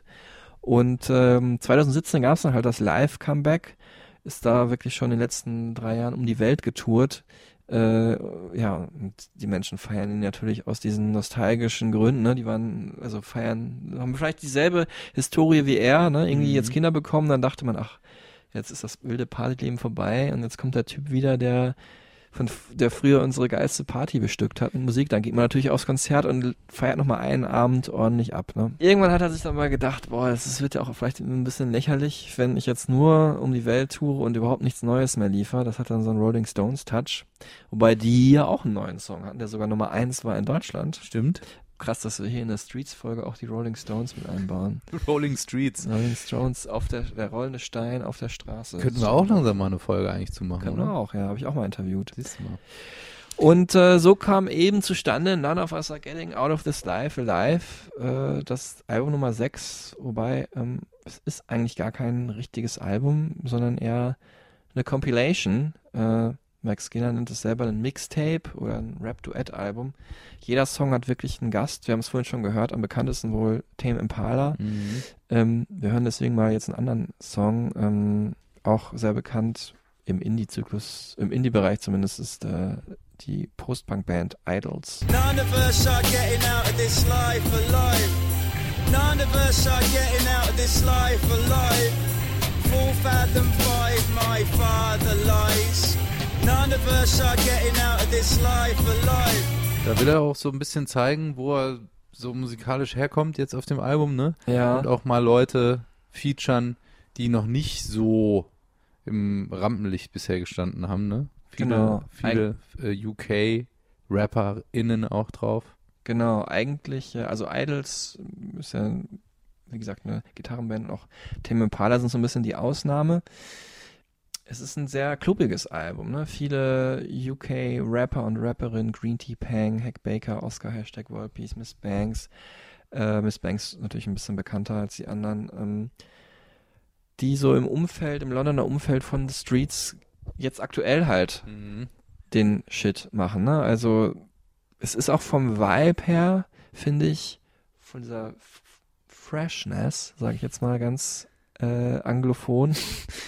Und ähm, zweitausendsiebzehn gab es dann halt das Live-Comeback, ist da wirklich schon in den letzten drei Jahren um die Welt getourt. Äh, ja, und die Menschen feiern ihn natürlich aus diesen nostalgischen Gründen, ne? Die waren, also feiern, haben vielleicht dieselbe Historie wie er, ne? Irgendwie Mhm. jetzt Kinder bekommen, dann dachte man, ach, jetzt ist das wilde Partyleben vorbei und jetzt kommt der Typ wieder, der von der früher unsere geilste Party bestückt hat mit Musik. Dann geht man natürlich aufs Konzert und feiert nochmal einen Abend ordentlich ab. Ne? Irgendwann hat er sich dann mal gedacht, boah, das wird ja auch vielleicht ein bisschen lächerlich, wenn ich jetzt nur um die Welt toure und überhaupt nichts Neues mehr liefere. Das hat dann so einen Rolling Stones Touch. Wobei die ja auch einen neuen Song hatten, der sogar Nummer eins war in Deutschland. Stimmt. Krass, dass wir hier in der Streets-Folge auch die Rolling Stones mit einbauen. Rolling Streets. Rolling Stones auf der, der rollende Stein auf der Straße. Könnten wir auch langsam mal eine Folge eigentlich zu machen, Können oder? wir auch, ja, habe ich auch mal interviewt. Siehst du mal. Und äh, so kam eben zustande None of Us Are Getting Out of This Life Alive, äh, das Album Nummer sechs, wobei ähm, es ist eigentlich gar kein richtiges Album, sondern eher eine Compilation. Äh, Max Skinner nennt es selber ein Mixtape oder ein Rap-Duett-Album. Jeder Song hat wirklich einen Gast. Wir haben es vorhin schon gehört, am bekanntesten wohl Tame Impala. Mhm. Ähm, wir hören deswegen mal jetzt einen anderen Song, ähm, auch sehr bekannt im Indie-Zyklus, im Indie-Bereich zumindest, ist äh, die Post-Punk-Band Idols. None of us are getting out of this life alive. None of us are getting out of this life alive. Full fathom five, my father lies. None universe are getting out of this life alive. Da will er auch so ein bisschen zeigen, wo er so musikalisch herkommt jetzt auf dem Album, ne? Ja. Und auch mal Leute featuren, die noch nicht so im Rampenlicht bisher gestanden haben, ne? Viele, Genau. viele äh, U K-RapperInnen auch drauf. Genau, eigentlich, äh, also Idols ist ja, wie gesagt, eine Gitarrenband und auch Tame Impala sind so ein bisschen die Ausnahme. Es ist ein sehr klubbiges Album, ne? Viele U K-Rapper und Rapperinnen, Green Tea Pang, Hack Baker, Oscar, Hashtag World Peace, Miss Banks, äh, Miss Banks natürlich ein bisschen bekannter als die anderen, ähm, die so im Umfeld, im Londoner Umfeld von The Streets jetzt aktuell halt Mhm. den Shit machen, ne? Also es ist auch vom Vibe her, finde ich, von dieser F- Freshness, sage ich jetzt mal ganz äh, anglophon,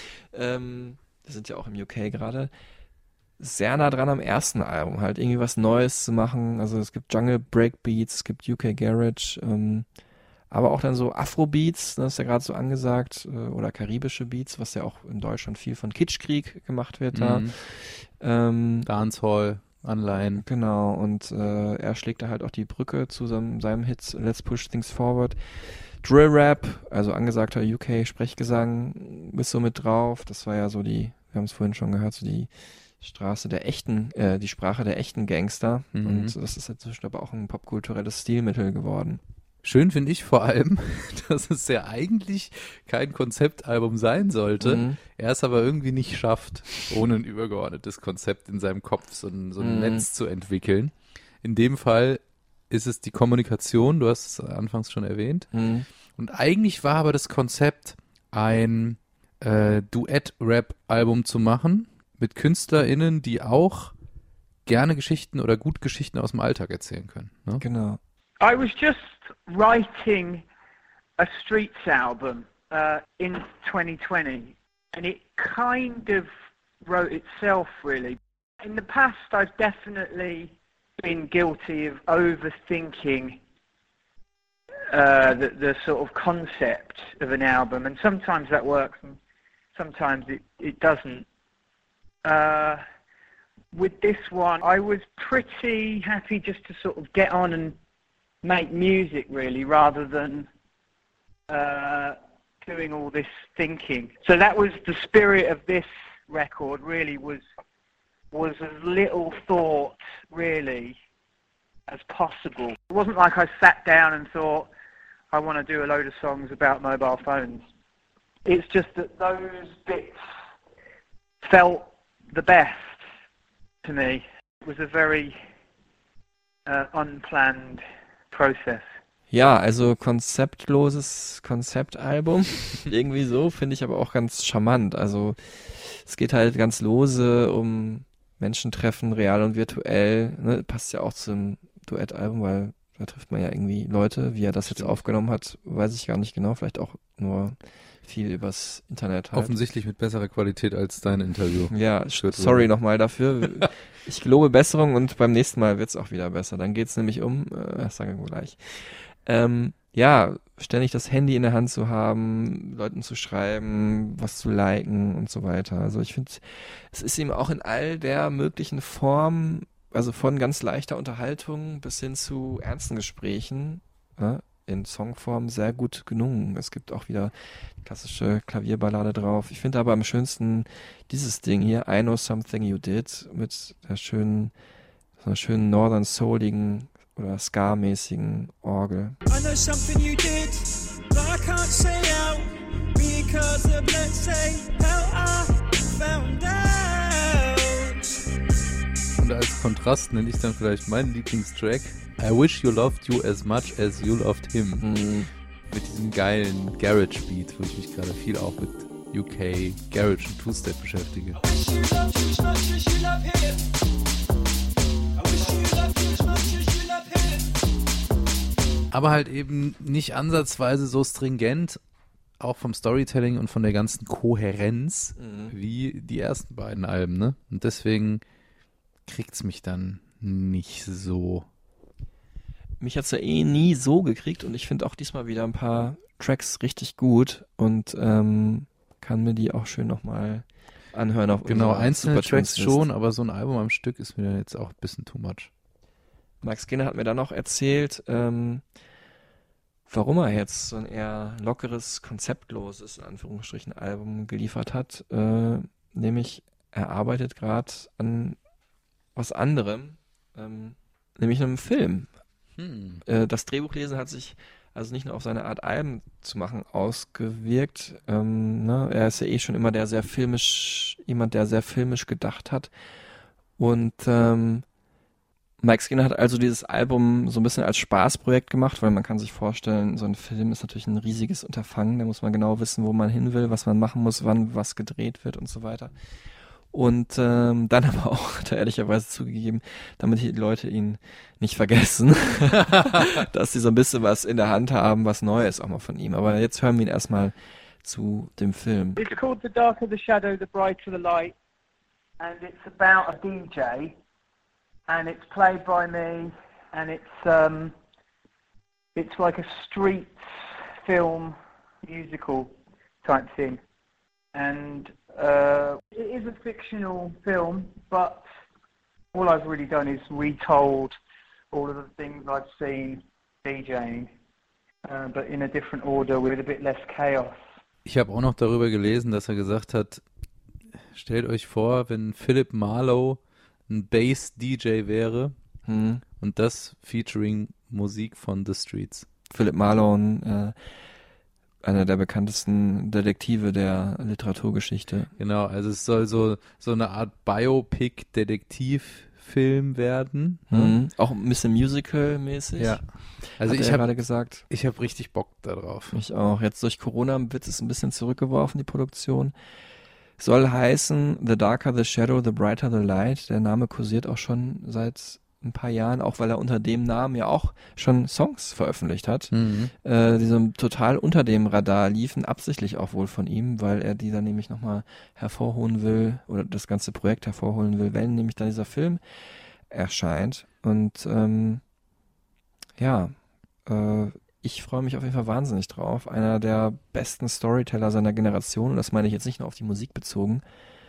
ähm, wir sind ja auch im U K gerade, sehr nah dran am ersten Album, halt irgendwie was Neues zu machen. Also es gibt Jungle Breakbeats, es gibt U K Garage, ähm, aber auch dann so Afrobeats, das ist ja gerade so angesagt, äh, oder karibische Beats, was ja auch in Deutschland viel von Kitschkrieg gemacht wird da. Mhm. Ähm, Dancehall, Anleihen. Genau, und äh, er schlägt da halt auch die Brücke zu seinem, seinem Hit Let's Push Things Forward. Drill Rap, also angesagter U K-Sprechgesang, ist so mit drauf. Das war ja so die, wir haben es vorhin schon gehört, so die Straße der echten, äh, die Sprache der echten Gangster. Mhm. Und das ist inzwischen aber auch ein popkulturelles Stilmittel geworden. Schön finde ich vor allem, dass es ja eigentlich kein Konzeptalbum sein sollte, Mhm. er es aber irgendwie nicht schafft, ohne ein übergeordnetes Konzept in seinem Kopf so ein, so ein Mhm. Netz zu entwickeln. In dem Fall ist es die Kommunikation, du hast es anfangs schon erwähnt. Mhm. Und eigentlich war aber das Konzept, ein äh, Duett-Rap-Album zu machen mit KünstlerInnen, die auch gerne Geschichten oder gut Geschichten aus dem Alltag erzählen können. Ne? Genau. I was just writing a Streets album uh, in twenty twenty, and it kind of wrote itself, really. In the past, I've definitely been guilty of overthinking uh, the, the sort of concept of an album, and sometimes that works, and sometimes it, it doesn't. Uh, with this one, I was pretty happy just to sort of get on and make music, really, rather than uh, doing all this thinking. So that was the spirit of this record, really, was was as little thought, really, as possible. It wasn't like I sat down and thought, I want to do a load of songs about mobile phones. It's just that those bits felt the best to me. It was a very uh, unplanned process. Ja, also konzeptloses Konzeptalbum. Irgendwie so, finde ich aber auch ganz charmant. Also es geht halt ganz lose um Menschentreffen, real und virtuell. Ne? Passt ja auch zum Duettalbum, weil da trifft man ja irgendwie Leute. Wie er das jetzt aufgenommen hat, weiß ich gar nicht genau. Vielleicht auch nur viel übers Internet halt. Offensichtlich mit besserer Qualität als dein Interview. Ja, sorry nochmal dafür. Ich gelobe Besserung und beim nächsten Mal wird's auch wieder besser. Dann geht's nämlich um, äh, das sagen wir gleich. Ähm, ja, ständig das Handy in der Hand zu haben, Leuten zu schreiben, was zu liken und so weiter. Also ich finde, es ist ihm auch in all der möglichen Form, also von ganz leichter Unterhaltung bis hin zu ernsten Gesprächen, ja, in Songform sehr gut gelungen. Es gibt auch wieder klassische Klavierballade drauf. Ich finde aber am schönsten dieses Ding hier, I Know Something You Did, mit der schönen, so einer schönen Northern Souligen oder Ska-mäßigen Orgel. I know something you did, but I can't say out because of, let's say, how I found out. Und als Kontrast nenne ich dann vielleicht meinen Lieblingstrack, I Wish You Loved You As Much As You Loved Him. Mhm. Mit diesem geilen Garage-Beat, wo ich mich gerade viel auch mit U K Garage und Two-Step beschäftige. Aber halt eben nicht ansatzweise so stringent, auch vom Storytelling und von der ganzen Kohärenz, Mhm. wie die ersten beiden Alben, ne? Und deswegen kriegt's mich dann nicht so. Mich hat's ja eh nie so gekriegt und ich finde auch diesmal wieder ein paar Tracks richtig gut und ähm, kann mir die auch schön nochmal anhören auf Genau, unserer einzelne Supertunes Tracks schon, aber so ein Album am Stück ist mir jetzt auch ein bisschen too much. Mike Skinner hat mir dann noch erzählt, ähm, warum er jetzt so ein eher lockeres, konzeptloses, in Anführungsstrichen, Album geliefert hat. Äh, nämlich, er arbeitet gerade an was anderem, ähm, nämlich einem Film. Hm. Äh, das Drehbuchlesen hat sich also nicht nur auf seine Art, Alben zu machen, ausgewirkt. Ähm, ne? Er ist ja eh schon immer der sehr filmisch, jemand, der sehr filmisch gedacht hat. Und ähm, Mike Skinner hat also dieses Album so ein bisschen als Spaßprojekt gemacht, weil man kann sich vorstellen, so ein Film ist natürlich ein riesiges Unterfangen, da muss man genau wissen, wo man hin will, was man machen muss, wann was gedreht wird und so weiter. Und ähm, dann aber auch, hat er ehrlicherweise zugegeben, damit die Leute ihn nicht vergessen, dass sie so ein bisschen was in der Hand haben, was Neues auch mal von ihm. Aber jetzt hören wir ihn erstmal zu dem Film. It's called The Darker the Shadow, The Brighter the Light, and it's about a D J. And it's played by me, and it's um, it's like a street film musical type thing. And uh, it is a fictional film, but all I've really done is retold all of the things I've seen DJing, uh, but in a different order with a bit less chaos. Ich habe auch noch darüber gelesen, dass er gesagt hat, stellt euch vor, wenn Philip Marlowe ein Bass-D J wäre hm. und das featuring Musik von The Streets. Philip Marlowe, äh, einer der bekanntesten Detektive der Literaturgeschichte. Genau, also es soll so, so eine Art Biopic-Detektivfilm werden. Mhm. Ne? Auch ein bisschen Musical-mäßig. Ja. Also Hat ich er habe gerade gesagt. Ich habe richtig Bock darauf. Ich auch. Jetzt durch Corona wird es ein bisschen zurückgeworfen, die Produktion. Soll heißen The Darker the Shadow, The Brighter the Light. Der Name kursiert auch schon seit ein paar Jahren, auch weil er unter dem Namen ja auch schon Songs veröffentlicht hat, mhm. äh, die so total unter dem Radar liefen, absichtlich auch wohl von ihm, weil er die dann nämlich nochmal hervorholen will oder das ganze Projekt hervorholen will, wenn nämlich dann dieser Film erscheint. Und ähm, ja, äh, ich freue mich auf jeden Fall wahnsinnig drauf. Einer der besten Storyteller seiner Generation, und das meine ich jetzt nicht nur auf die Musik bezogen.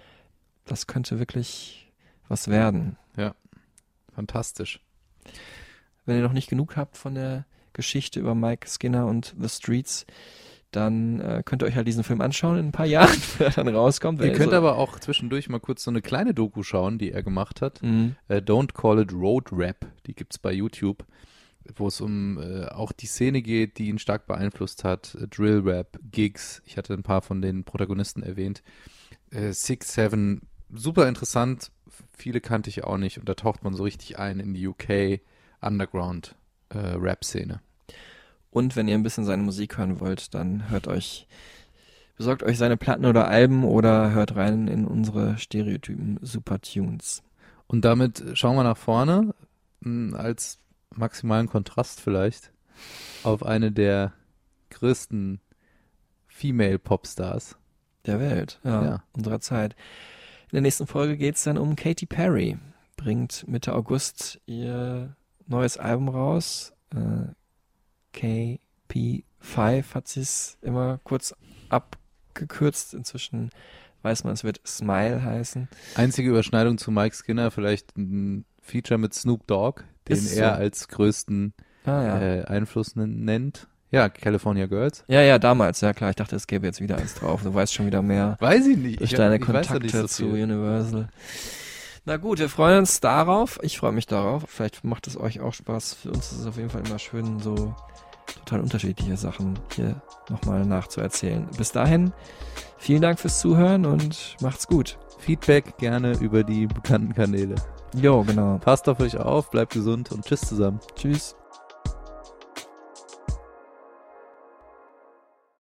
Das könnte wirklich was werden. Ja, fantastisch. Wenn ihr noch nicht genug habt von der Geschichte über Mike Skinner und The Streets, dann äh, könnt ihr euch halt diesen Film anschauen in ein paar Jahren, wenn er dann rauskommt. Ihr könnt so aber auch zwischendurch mal kurz so eine kleine Doku schauen, die er gemacht hat. Mhm. Äh, Don't Call It Road Rap, die gibt's bei YouTube, wo es um äh, auch die Szene geht, die ihn stark beeinflusst hat. Äh, Drill Rap, Gigs, ich hatte ein paar von den Protagonisten erwähnt. Äh, Six Seven, super interessant, viele kannte ich auch nicht und da taucht man so richtig ein in die U K Underground äh, Rap-Szene. Und wenn ihr ein bisschen seine Musik hören wollt, dann hört euch, besorgt euch seine Platten oder Alben oder hört rein in unsere Stereotypen Supertunes. Und damit schauen wir nach vorne, mh, als maximalen Kontrast vielleicht, auf eine der größten Female Popstars der Welt, ja, ja. unserer Zeit. In der nächsten Folge geht es dann um Katy Perry. Bringt Mitte August ihr neues Album raus. Äh, K P fünf hat sie es immer kurz abgekürzt. Inzwischen weiß man, es wird Smile heißen. Einzige Überschneidung zu Mike Skinner, vielleicht ein Feature mit Snoop Dogg, den Ist er so. als größten ah, ja. äh, Einfluss nennt. Ja, California Girls. Ja, ja, damals, ja klar. Ich dachte, es gäbe jetzt wieder eins drauf. Du weißt schon wieder mehr. Weiß ich nicht. Durch ich deine hab, ich Kontakte weiß ja nicht so zu viel. Universal. Na gut, wir freuen uns darauf. Ich freue mich darauf. Vielleicht macht es euch auch Spaß. Für uns ist es auf jeden Fall immer schön, so total unterschiedliche Sachen hier nochmal nachzuerzählen. Bis dahin, vielen Dank fürs Zuhören und macht's gut. Feedback gerne über die bekannten Kanäle. Jo, genau. Passt auf euch auf, bleibt gesund und tschüss zusammen. Tschüss.